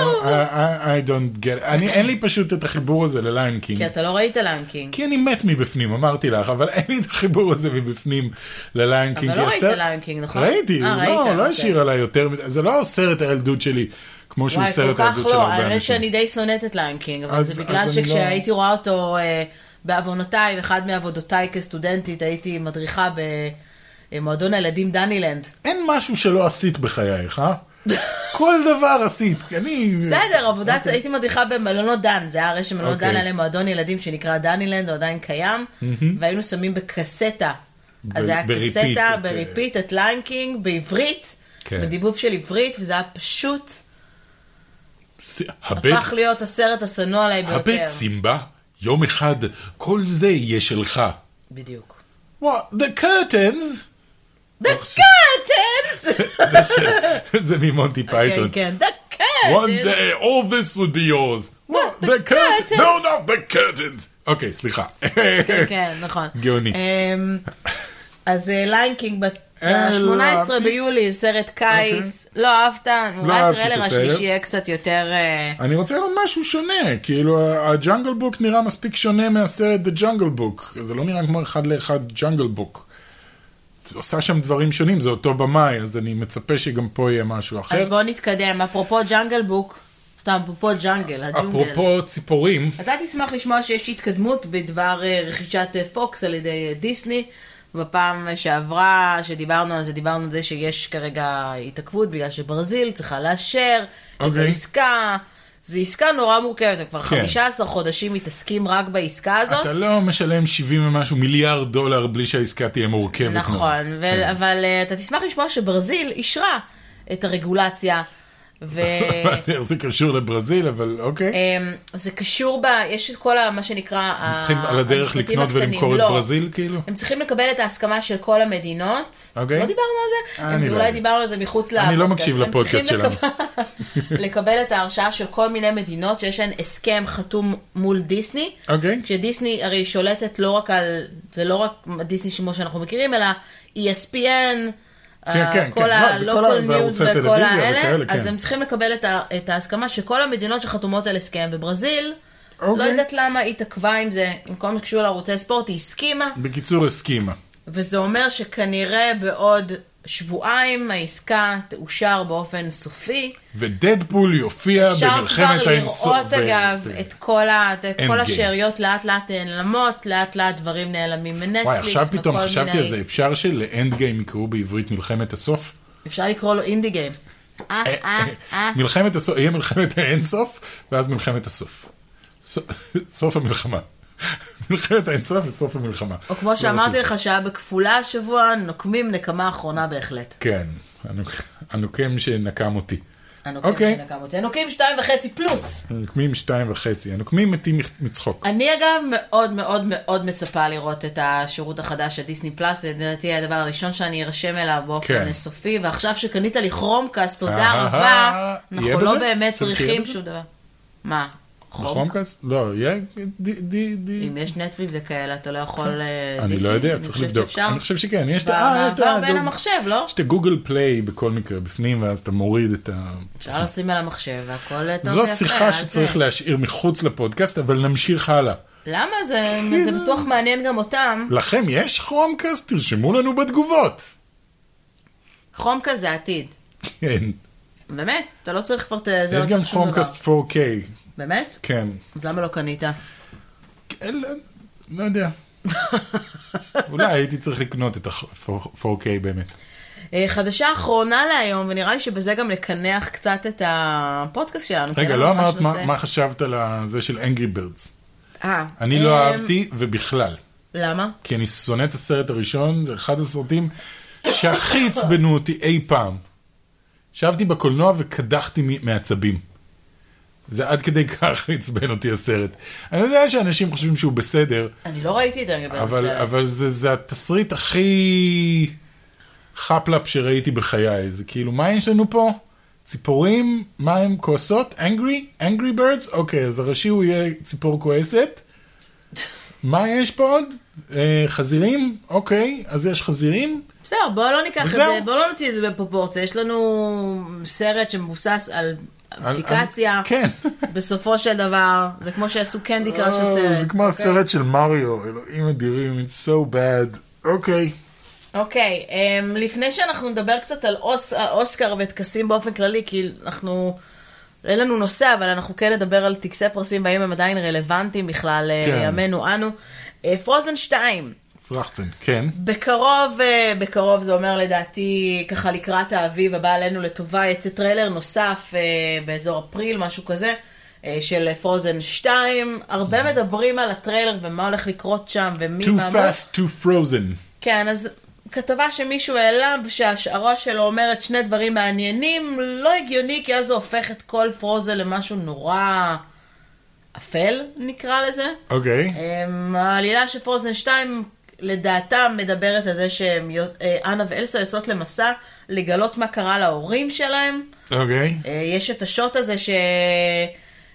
I don't get it. אין לי פשוט את החיבור הזה לליין קינג. כי אתה לא ראית ליין קינג. כי אני מת מבפנים, אמרתי לך, אבל אין לי את החיבור הזה מבפנים לליין קינג. אבל לא ראית ליין קינג, נכון? ראיתי, לא, לא השאיר עליי יותר, זה לא סרט הילדות שלי. כמו שהוא סרט העדות של הרבה אנשים. האמת שאני די שונאת את ליין קינג, אבל זה בגלל שכשהייתי רואה אותו בעוונותיי, אחד מעבודותיי כסטודנטית, הייתי מדריכה במועדון הילדים דנילנד. אין משהו שלא עשית בחייך, אה? כל דבר עשית. בסדר, עבודה, הייתי מדריכה במלונות דן, זה היה הרי שמלונות דן היה למועדון ילדים שנקרא דנילנד, הוא עדיין קיים, והיינו שמים בקסטה, אז זה היה קסטה, בריפיט, את ליין קינג, בעברית, בדיבוב של עברית, וזה היה פשוט... הפך להיות הסרט הסנוע עליי ביותר. הבית סימבה, יום אחד, כל זה יהיה שלך. בדיוק. What? The curtains? The curtains! זה ממונטי פייתון. כן, כן, the curtains! One day, all this would be yours. What? The curtains? No, not the curtains! אוקיי, סליחה. כן, כן, נכון. גאוני. אז ליין קינג ה-שמונה עשרה ביולי, סרט קיץ, לא אהבת, אולי הטריילר השלישי יהיה קצת יותר... אני רוצה לראות משהו שונה, כאילו הג'אנגל בוק נראה מספיק שונה מהסרט The Jungle Book, זה לא נראה כמו אחד לאחד ג'אנגל בוק. עושה שם דברים שונים, זה אותו במאי, אז אני מצפה שגם פה יהיה משהו אחר. אז בוא נתקדם, אפרופו ג'אנגל בוק, סתם, אפרופו ג'אנגל, הג'ונגל. אפרופו ציפורים. אתה תשמח לשמוע שיש התקדמות בדבר רכישת פוקס על ידי דיסני, בפעם שעברה שדיברנו על זה, דיברנו על זה שיש כרגע התעכבות, בגלל שברזיל צריכה לאשר okay. את העסקה, זו עסקה נורא מורכבת, הם כבר כן. חמישה עשר חודשים מתעסקים רק בעסקה הזאת. אתה לא משלם שבעים ומשהו מיליארד דולר בלי שהעסקה תהיה מורכבת. נכון, ו- כן. אבל uh, אתה תשמח לשמוע שברזיל אישרה את הרגולציה, ו... זה קשור לברזיל, אבל אוקיי. זה קשור ב... יש את כל מה שנקרא... הם צריכים על הדרך לקנות ולמכור את ברזיל, כאילו? הם צריכים לקבל את ההסכמה של כל המדינות. אוקיי. לא דיברנו על זה? אולי דיברנו על זה מחוץ לפודקאסט. אני לא מקשיב לפודקאסט שלנו. הם צריכים לקבל את ההרשאה של כל מיני מדינות, שיש להן הסכם חתום מול דיסני. אוקיי. כשדיסני הרי שולטת לא רק על... זה לא רק דיסני כמו שאנחנו מכירים, אלא אי אס פי אן... כן, כן, כל הלוקל ניוז וכל האלה, אז הם צריכים לקבל את ההסכמה שכל המדינות שחתומות על הסכם, וברזיל, לא יודעת למה היא תקווה עם זה, עם כל מה שקשור לערוצי ספורט, היא הסכימה. בקיצור, הסכימה. וזה אומר שכנראה בעוד שבועיים העסקה תאושר באופן סופי. ודדפול יופיע במלחמת האינסוף. אפשר כבר לראות אגב את כל השאריות לאט לאט נעלמות, לאט לאט דברים נעלמים מנטפליקס. וואי, עכשיו פתאום חשבתי על זה, אפשר שלאנד גיים יקראו בעברית מלחמת הסוף? אפשר לקרוא לו אינדי גיים. מלחמת הסוף, יהיה מלחמת האינסוף, ואז מלחמת הסוף. סוף המלחמה. מלחמת האינסוף וסוף המלחמה. או כמו שאמרתי לך שהיה בכפולה השבוע, נוקמים נקמה אחרונה בהחלט. כן, הנוקם שנקם אותי. הנוקם שנקם אותי. הנוקמים שתיים וחצי פלוס. הנוקמים שתיים וחצי. הנוקמים מתים מצחוק. אני אגב מאוד מאוד מאוד מצפה לראות את השירות החדש של דיסני פלאס, זה לדעתי הדבר הראשון שאני ארשם אליו באופן סופי, ועכשיו שקנית לי כרומקאסט, תודה רבה, אנחנו לא באמת צריכים שום דבר. מה? כרומקאסט? לא, יהיה די... אם יש נטפליקס וכאלה, אתה לא יכול... אני לא יודע, צריך לבדוק. אני חושב שכן, יש את... בעבר בין המחשב, לא? יש את גוגל פליי בכל מקרה בפנים, ואז אתה מוריד את ה... אפשר לשים על המחשב, והכל טוב זאת שיחה שצריך להשאיר מחוץ לפודקאסט, אבל נמשיך הלאה. למה? זה בטוח מעניין גם אותם. לכם יש כרומקאסט? תרשמו לנו בתגובות. כרומקאסט זה עתיד. כן. באמת? אתה לא צריך כבר... יש גם כרומקאסט פור קיי. באמת? כן. אז למה לא קנית? לא יודע. אולי הייתי צריך לקנות את ה-פור קיי באמת. חדשה אחרונה להיום, ונראה לי שבזה גם לקנח קצת את הפודקאסט שלנו. רגע, לא אמרת מה חשבת על זה של Angry Birds. אני לא אהבתי ובכלל. למה? כי אני שונא את הסרט הראשון, זה אחד הסרטים שהכי עצבנו אותי אי פעם. שבתי בקולנוע וקדחתי מעצבים. זה עד כדי כך עצבן אותי הסרט. אני יודע שאנשים חושבים שהוא בסדר. אני לא ראיתי את זה בסרט. אבל זה, זה התסריט הכי חפלפ שראיתי בחיי. זה כאילו, מה יש לנו פה? ציפורים? מה הם כועסות? Angry? Angry Birds? אוקיי, אז הראשי הוא יהיה ציפור כועסת. מה יש פה עוד? אה, חזירים? אוקיי, אז יש חזירים? בסדר, בואו לא ניקח את זה, בואו לא נוציא את זה בפרופורציה. יש לנו סרט שמבוסס על אפליקציה. כן. בסופו של דבר, זה כמו שעשו קנדי קראש הסרט. זה כמו הסרט של מריו, אלוהים אדירים, it's so bad. אוקיי. אוקיי, לפני שאנחנו נדבר קצת על אוסקר וטקסים באופן כללי, כי אנחנו, אין לנו נושא, אבל אנחנו כן נדבר על טקסי פרסים, והאם הם עדיין רלוונטיים בכלל לימינו אנו. פרוזן שתיים. פרחצן, כן. בקרוב, בקרוב זה אומר לדעתי, ככה לקראת האביב הבא עלינו לטובה, יצא טריילר נוסף באזור אפריל, משהו כזה, של פרוזן שתיים. הרבה מדברים על הטריילר ומה הולך לקרות שם, ומי Too fast, too frozen. כן, אז כתבה שמישהו העלה, שההשערה שלו אומרת שני דברים מעניינים, לא הגיוני, כי אז זה הופך את כל פרוזן למשהו נורא אפל, נקרא לזה. אוקיי. העלילה של פרוזן שתיים, לדעתם מדברת על זה שאנה ואלסה יוצאות למסע לגלות מה קרה להורים שלהם. אוקיי. יש את השוט הזה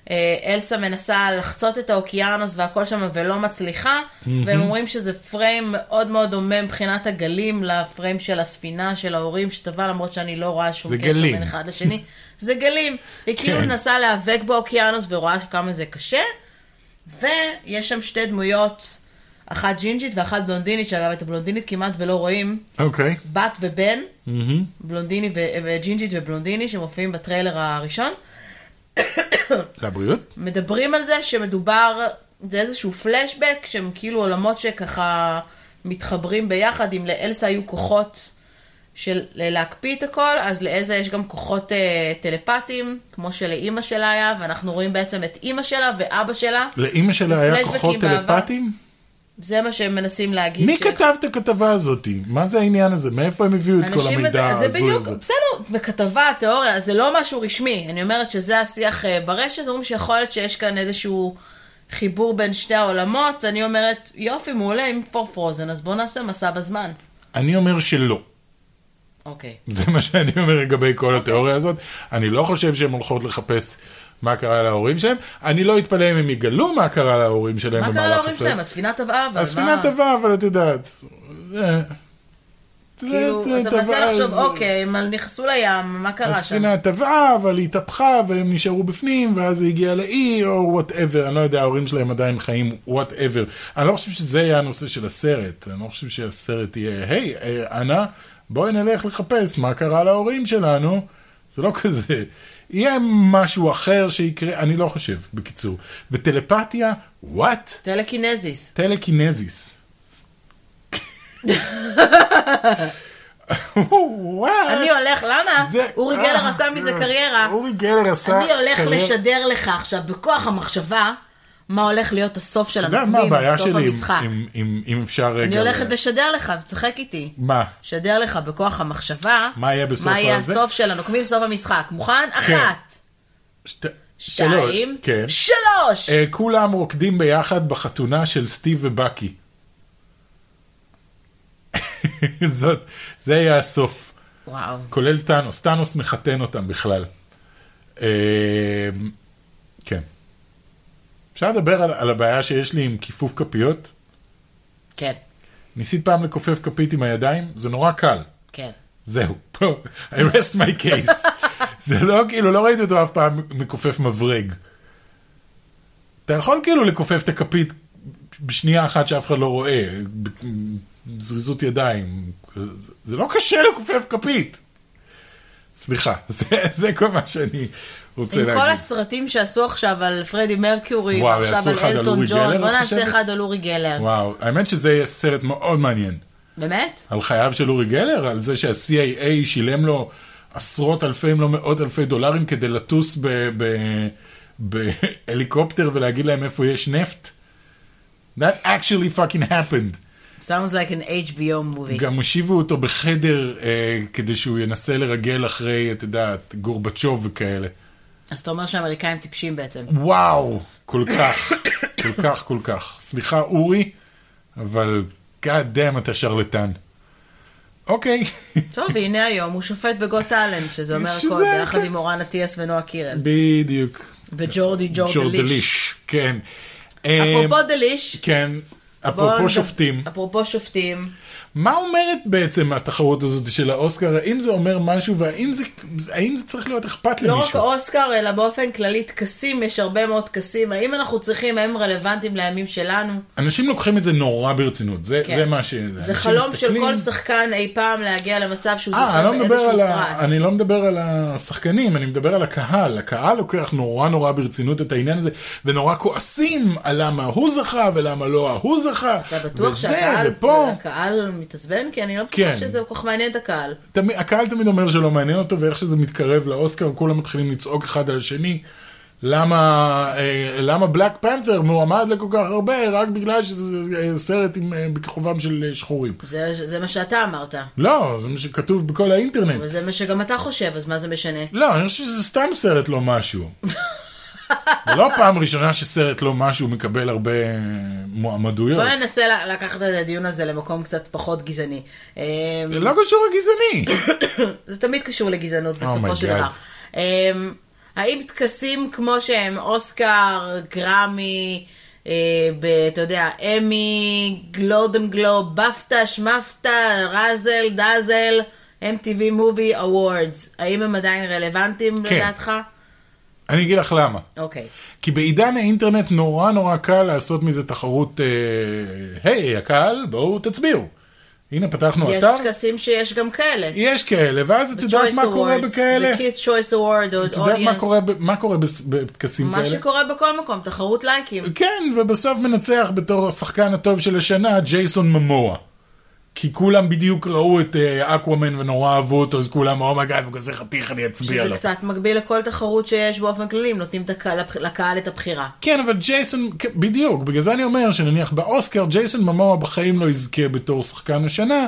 אלסה מנסה לחצות את האוקיינוס והכל שם ולא מצליחה, והם אומרים שזה פריים מאוד מאוד דומה מבחינת הגלים לפריים של הספינה של ההורים שטבע, למרות שאני לא רואה שום קשר בין אחד לשני. זה גלים. היא כאילו מנסה להיאבק באוקיינוס ורואה כמה זה קשה, ויש שם שתי דמויות, אחת ג'ינג'ית ואחת בלונדינית, שאגב את הבלונדינית כמעט ולא רואים. אוקיי. בת ובן, בלונדיני וג'ינג'ית ובלונדיני, שמופיעים בטריילר הראשון. לבריאות? מדברים על זה שמדובר, זה איזשהו פלשבק, שהם כאילו עולמות שככה מתחברים ביחד, אם לאלסה היו כוחות של להקפיא את הכל, אז לאיזה יש גם כוחות אה, טלפטיים, כמו שלאימא שלה היה, ואנחנו רואים בעצם את אימא שלה ואבא שלה. לאימא שלה היה כוחות טלפטיים? זה מה שהם מנסים להגיד. מי ש... כתב את הכתבה הזאת? מה זה העניין הזה? מאיפה הם הביאו את כל המידע הזה? זה בדיוק, בסדר, בכתבה, תיאוריה, זה לא משהו רשמי. אני אומרת שזה השיח ברשת, אומרים שיכול להיות שיש כאן איזשהו חיבור בין שתי העולמות. אני אומרת, יופי, מעולה עם פור פרוזן, אז בואו נעשה מסע בזמן. אני אומר שלא. אוקיי. זה מה שאני אומר לגבי כל התיאוריה הזאת. אני לא חושב שהן הולכות לחפש מה קרה להורים שלהם. אני לא אתפלא אם הם יגלו מה קרה להורים שלהם. מה קרה להורים שלהם? הספינה טבעה, אבל... הספינה טבעה, אבל את יודעת. כאילו, אתה מנסה לחשוב, אוקיי, הם נכנסו לים, מה קרה שם? הספינה טבעה, אבל היא התהפכה, והם נשארו בפנים, ואז היא הגיעה לאי, או whatever. אני לא יודע, ההורים שלהם עדיין חיים, whatever. אני לא חושב שזה יהיה הנושא של הסרט. אני לא חושב שהסרט יהיה, היי, אנה, בואי נלך לחפש מה קרה להורים שלנו. זה לא כזה. יהיה משהו אחר שיקרה, אני לא חושב, בקיצור. וטלפתיה, what? טלקינזיס. טלקינזיס. אני הולך, למה? אורי גלר עשה מזה קריירה. אורי גלר עשה קריירה. אני הולך לשדר לך עכשיו, בכוח המחשבה, מה הולך להיות הסוף של המקבים, מה הבעיה סוף שלי המשחק. אם, אם, אם אפשר רגע... אני הולכת לשדר לך, וצחק איתי. מה? שדר לך בכוח המחשבה, מה יהיה בסוף מה יהיה הזה? הסוף של הנוקמים סוף המשחק. מוכן? אחת. שת... שתיים. כן. שלוש. Uh, כולם רוקדים ביחד בחתונה של סטיב ובקי. זאת, זה יהיה הסוף. וואו. כולל טאנוס. טאנוס מחתן אותם בכלל. Uh, כן. אפשר לדבר על, על הבעיה שיש לי עם כיפוף כפיות? כן. ניסית פעם לכופף כפית עם הידיים? זה נורא קל. כן. זהו. I rest my case. זה לא, כאילו, לא ראיתי אותו אף פעם מכופף מברג. אתה יכול כאילו לכופף את הכפית בשנייה אחת שאף אחד לא רואה. זריזות ידיים. זה לא קשה לכופף כפית. סליחה, זה, זה כל מה שאני... עם כל הסרטים שעשו עכשיו על פרדי מרקיורי, ועכשיו על אלטון ג'ון, בוא נעשה אחד על אורי גלר. וואו, האמת שזה יהיה סרט מאוד מעניין. באמת? על חייו של אורי גלר, על זה שה-סי איי איי שילם לו עשרות אלפי, אם לא מאות אלפי דולרים, כדי לטוס בהליקופטר ולהגיד להם איפה יש נפט. That actually fucking happened. Sounds like an אייץ' בי או movie. גם השיבו אותו בחדר, כדי שהוא ינסה לרגל אחרי, את יודעת, גורבצ'וב וכאלה. אז אתה אומר שהאמריקאים טיפשים בעצם. וואו, כל כך, כל כך, כל כך. סליחה, אורי, אבל God damn, אתה שרלטן. אוקיי. טוב, והנה היום הוא שופט בגוט טאלנט, שזה אומר הכל, ביחד עם אורן אטיאס ונועה קירל. בדיוק. וג'ורדי ג'ורדליש. כן. אפרופו דליש. כן, אפרופו שופטים. אפרופו שופטים. מה אומרת בעצם התחרות הזאת של האוסקר? האם זה אומר משהו, והאם זה, האם זה צריך להיות אכפת למישהו? לא רק האוסקר, אלא באופן כללי תקסים, יש הרבה מאוד תקסים. האם אנחנו צריכים, האם רלוונטיים לימים שלנו? אנשים לוקחים את זה נורא ברצינות, זה, כן. זה מה ש... זה חלום מסתכלים... של כל שחקן אי פעם להגיע למצב שהוא זוכה לא באיזשהו פרץ. ה... אני לא מדבר על השחקנים, אני מדבר על הקהל. הקהל לוקח נורא נורא ברצינות את העניין הזה, ונורא כועסים על למה הוא זכה ולמה לא הוא זכה. אתה בטוח וזה, שהקהל ופה... הקהל מתעצבן? כי אני לא כן. בטוח שזה כל כך מעניין את הקהל. תמיד, הקהל תמיד אומר שלא מעניין אותו, ואיך שזה מתקרב לאוסקר, כולם מתחילים לצעוק אחד על השני. למה, אה, למה בלק פנת'ר מועמד לכל כך הרבה, רק בגלל שזה סרט עם, אה, בכיכובם של שחורים. זה, זה מה שאתה אמרת. לא, זה מה שכתוב בכל האינטרנט. וזה מה שגם אתה חושב, אז מה זה משנה? לא, אני חושב שזה סתם סרט לא משהו. לא פעם ראשונה שסרט לא משהו מקבל הרבה מועמדויות. בוא ננסה לקחת את הדיון הזה למקום קצת פחות גזעני. זה לא קשור לגזעני. זה תמיד קשור לגזענות בסופו של דבר. האם תקסים כמו שהם אוסקר, גרמי, אתה יודע, אמי, גלודן גלוב, בפטה, שמפטה, רזל, דאזל, אם טי וי Movie Awards, האם הם עדיין רלוונטיים לדעתך? אני אגיד לך למה. אוקיי. כי בעידן האינטרנט נורא נורא קל לעשות מזה תחרות, היי, הקהל, בואו תצביעו. הנה, פתחנו אתר. יש טקסים שיש גם כאלה. יש כאלה, ואז את יודעת מה קורה בכאלה? The Kids Choice Award, את יודעת מה קורה בטקסים כאלה? מה שקורה בכל מקום, תחרות לייקים. כן, ובסוף מנצח בתור השחקן הטוב של השנה, ג'ייסון ממואה. כי כולם בדיוק ראו את אקוואמן ונורא אהבו אותו, אז כולם, או מגייב, וכזה חתיך, אני אצביע לו. שזה קצת מקביל לכל תחרות שיש באופן כללי, נותנים לקהל את הבחירה. כן, אבל ג'ייסון, בדיוק, בגלל זה אני אומר שנניח באוסקר, ג'ייסון ממואה בחיים לא יזכה בתור שחקן השנה,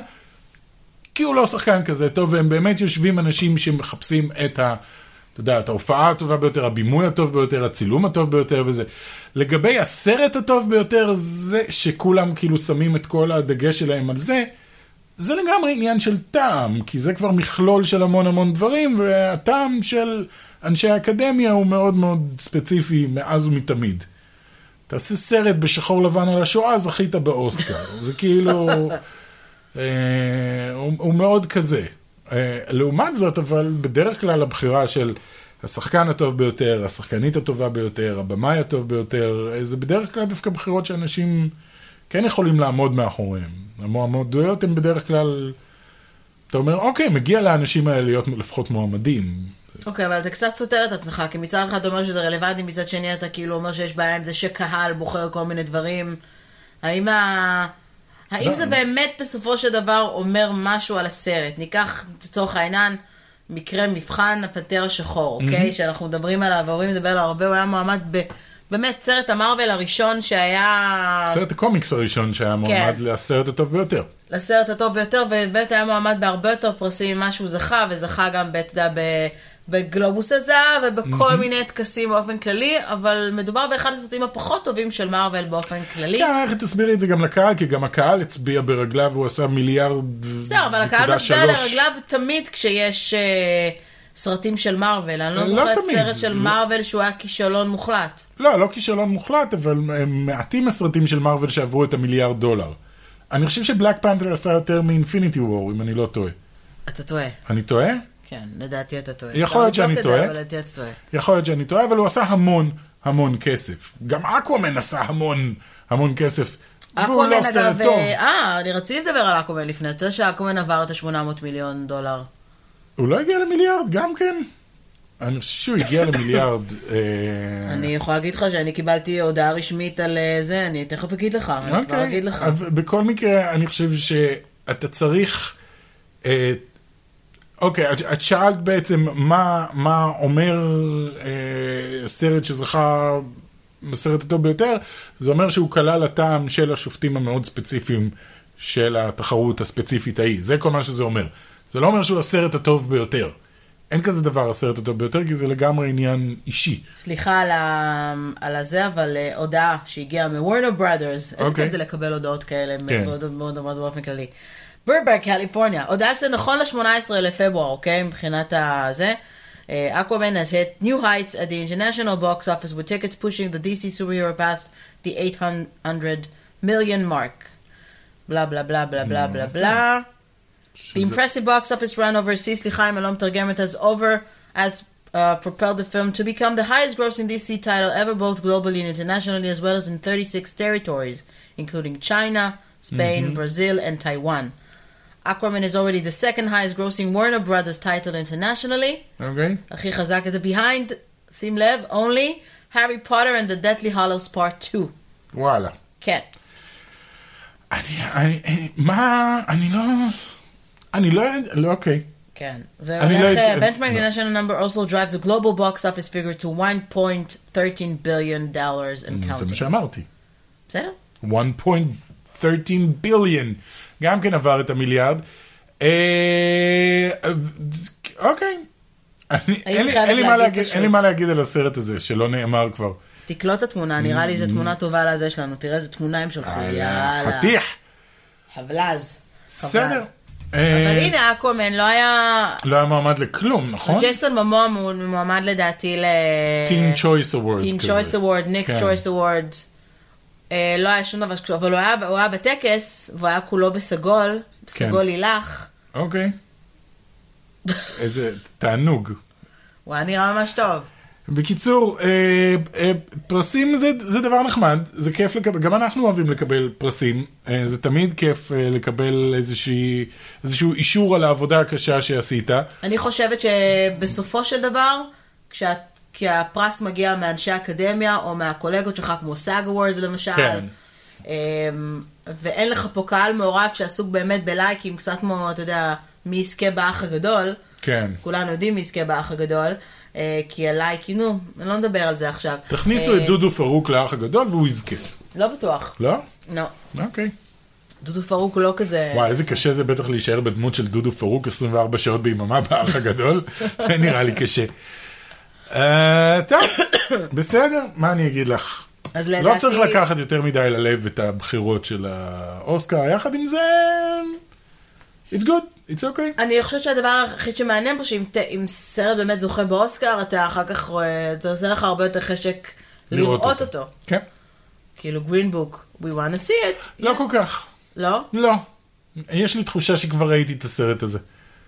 כי הוא לא שחקן כזה טוב, והם באמת יושבים אנשים שמחפשים את ה... אתה יודע, את ההופעה הטובה ביותר, הבימוי הטוב ביותר, הצילום הטוב ביותר וזה. לגבי הסרט הטוב ביותר, זה שכולם כאילו שמים את כל הדגש שלהם על זה, זה לגמרי עניין של טעם, כי זה כבר מכלול של המון המון דברים, והטעם של אנשי האקדמיה הוא מאוד מאוד ספציפי מאז ומתמיד. תעשה סרט בשחור לבן על השואה, זכית באוסקר. זה כאילו, אה, הוא, הוא מאוד כזה. אה, לעומת זאת, אבל בדרך כלל הבחירה של השחקן הטוב ביותר, השחקנית הטובה ביותר, הבמאי הטוב ביותר, זה בדרך כלל דווקא בחירות שאנשים כן יכולים לעמוד מאחוריהם. המועמדויות הן בדרך כלל, אתה אומר, אוקיי, מגיע לאנשים האלה להיות לפחות מועמדים. אוקיי, אבל אתה קצת סותר את עצמך, כי מצד אחד אתה אומר שזה רלוונטי, מצד שני אתה כאילו אומר שיש בעיה עם זה שקהל בוחר כל מיני דברים. האם ה... האם זה באמת בסופו של דבר אומר משהו על הסרט? ניקח לצורך העניין מקרה מבחן הפנתר השחור, אוקיי? שאנחנו מדברים עליו, והורים מדבר עליו הרבה, הוא היה מועמד ב... באמת, סרט המרוול הראשון שהיה... סרט הקומיקס הראשון שהיה מועמד לסרט הטוב ביותר. לסרט הטוב ביותר, ובאמת היה מועמד בהרבה יותר פרסים ממה שהוא זכה, וזכה גם בגלובוס הזהב, ובכל מיני תקסים באופן כללי, אבל מדובר באחד הסרטים הפחות טובים של מרוול באופן כללי. כן, איך תסבירי את זה גם לקהל, כי גם הקהל הצביע ברגליו, והוא עשה מיליארד נקודה שלוש. בסדר, אבל הקהל מצביע לרגליו תמיד כשיש... סרטים של מרוול, אני לא זוכרת סרט של מרוול שהוא היה כישלון מוחלט. לא, לא כישלון מוחלט, אבל מעטים הסרטים של מרוול שעברו את המיליארד דולר. אני חושב שבלק פנת'ר עשה יותר מאינפיניטי וור, אם אני לא טועה. אתה טועה. אני טועה? כן, לדעתי אתה טועה. יכול להיות שאני טועה. יכול להיות שאני טועה, אבל הוא עשה המון, המון כסף. גם אקוואמן עשה המון, המון כסף. והוא לא סרט טוב. אה, אני רציתי לדבר על אקוואמן לפני, אתה יודע שאקוואמן עבר את ה-שמונה מאות מיליון דולר. הוא לא הגיע למיליארד, גם כן. אני חושב שהוא הגיע למיליארד. אני יכולה להגיד לך שאני קיבלתי הודעה רשמית על זה, אני תכף אגיד לך, אני כבר אגיד לך. בכל מקרה, אני חושב שאתה צריך... אוקיי, את שאלת בעצם מה אומר סרט שזכה בסרט הטוב ביותר, זה אומר שהוא כלל הטעם של השופטים המאוד ספציפיים של התחרות הספציפית ההיא. זה כל מה שזה אומר. זה לא אומר שהוא הסרט הטוב ביותר. אין כזה דבר הסרט הטוב ביותר, כי זה לגמרי עניין אישי. סליחה על, ה... על הזה, אבל uh, הודעה שהגיעה מוורנר ברודרס, איזה כיף זה לקבל הודעות כאלה, כן. מאוד מאוד מאוד באופן כללי. ברברג, קליפורניה, הודעה שנכון ל-שמונה עשרה לפברואר, אוקיי? מבחינת הזה. Aquaman has hit new heights at the international box office with tickets pushing the D C superhero past the eight hundred million mark. בלה בלה בלה בלה בלה בלה בלה. The impressive box office run overseas, סליחה אם אני לא מתרגמת, has over as uh, propelled the film to become the highest grossing D C title ever both globally and internationally as well as in thirty-six territories, including China, Spain, mm-hmm. Brazil, and Taiwan. Aquaman is already the second highest grossing Warner Brothers title internationally. Okay. הכי חזק זה behind, שים לב, only Harry Potter and the Deathly Hallows Part two. וואלה. כן. אני, אני, מה, אני לא... אני לא יודע, לא, אוקיי. כן. והולך, benchmark national number also drives the global box office figure to one point one three billion dollars and counting. זה מה שאמרתי. בסדר? one point one three billion. גם כן עבר את המיליארד. אוקיי. אין לי מה להגיד על הסרט הזה, שלא נאמר כבר. תקלוט את התמונה, נראה לי זו תמונה טובה לזה שלנו. תראה איזה תמונה הם שלחו. חתיך. חבלז. בסדר. אבל הנה, אקוואמן לא היה... לא היה מועמד לכלום, נכון? ג'ייסון ממוע מועמד לדעתי ל... Teen Choice Awards. Teen Choice Award, Next Choice Award. לא היה שום דבר שקשור, אבל הוא היה בטקס, והוא היה כולו בסגול, בסגול הילך. אוקיי. איזה תענוג. הוא היה נראה ממש טוב. בקיצור, אה, אה, פרסים זה, זה דבר נחמד, זה כיף לקבל, גם אנחנו אוהבים לקבל פרסים, אה, זה תמיד כיף אה, לקבל איזושהי, איזשהו אישור על העבודה הקשה שעשית. אני חושבת שבסופו של דבר, כשאת, כי הפרס מגיע מאנשי אקדמיה, או מהקולגות שלך, כמו סאג אוורדס למשל, כן. אה, ואין לך פה קהל מעורב שעסוק באמת בלייקים, קצת כמו, אתה יודע, מי יזכה באח הגדול, כן. כולנו יודעים מי יזכה באח הגדול, כי הלייק, נו, אני לא מדבר על זה עכשיו. תכניסו את דודו פרוק לאח הגדול והוא יזכה. לא בטוח. לא? לא. אוקיי. דודו פרוק הוא לא כזה... וואי, איזה קשה זה בטח להישאר בדמות של דודו פרוק עשרים וארבע שעות ביממה באח הגדול. זה נראה לי קשה. טוב, בסדר, מה אני אגיד לך? לא צריך לקחת יותר מדי ללב את הבחירות של האוסקר, יחד עם זה... It's good, it's okay. אני חושבת שהדבר הכי שמעניין פה, שאם סרט באמת זוכה באוסקר, אתה אחר כך רואה, זה עושה לך הרבה יותר חשק לראות אותו. כן. כאילו גרין בוק, we want to see it. לא כל כך. לא? לא. יש לי תחושה שכבר ראיתי את הסרט הזה.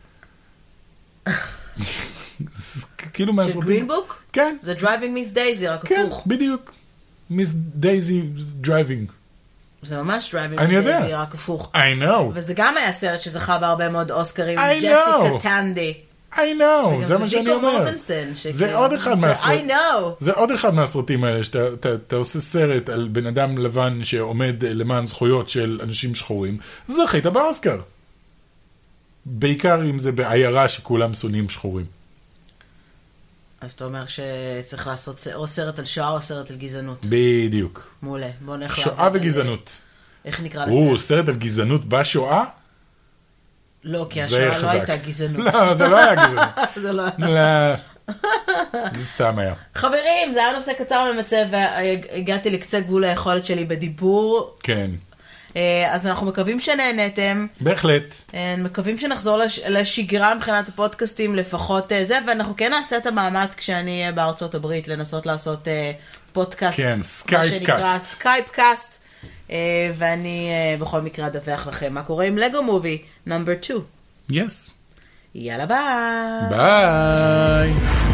כאילו מהסרטים. של גרין בוק? כן. זה Driving Miss Daisy, רק כן, הפוך. בדיוק. Miss Daisy Driving. זה ממש Driving Miss Daisy, רק הפוך. I know. וזה גם היה סרט שזכה בהרבה מאוד אוסקרים. I know. ג'סיקה טנדי. I know, זה מה שאני אומר. זה עוד אחד מהסרטים. I know. זה עוד אחד מהסרטים האלה, שאתה עושה סרט על בן אדם לבן שעומד למען זכויות של אנשים שחורים, זכית באוסקר. בעיקר אם זה בעיירה שכולם שונאים שחורים. אז אתה אומר שצריך לעשות או סרט על שואה או סרט על גזענות. בדיוק. מעולה, בוא נלך שואה וגזענות. איך נקרא לסרט? או, סרט על גזענות בשואה? לא, כי השואה לא הייתה גזענות. לא, זה לא היה גזענות. זה לא היה. לא. זה סתם היה. חברים, זה היה נושא קצר ממצא, והגעתי לקצה גבול היכולת שלי בדיבור. כן. אז אנחנו מקווים שנהנתם. בהחלט. מקווים שנחזור לשגרה מבחינת הפודקאסטים, לפחות זה, ואנחנו כן נעשה את המאמץ כשאני אהיה בארצות הברית, לנסות לעשות פודקאסט. כן, סקייפ קאסט. סקייפ קאסט. ואני בכל מקרה אדווח לכם מה קורה עם לגו מובי נאמבר טו. יס. יאללה ביי. ביי.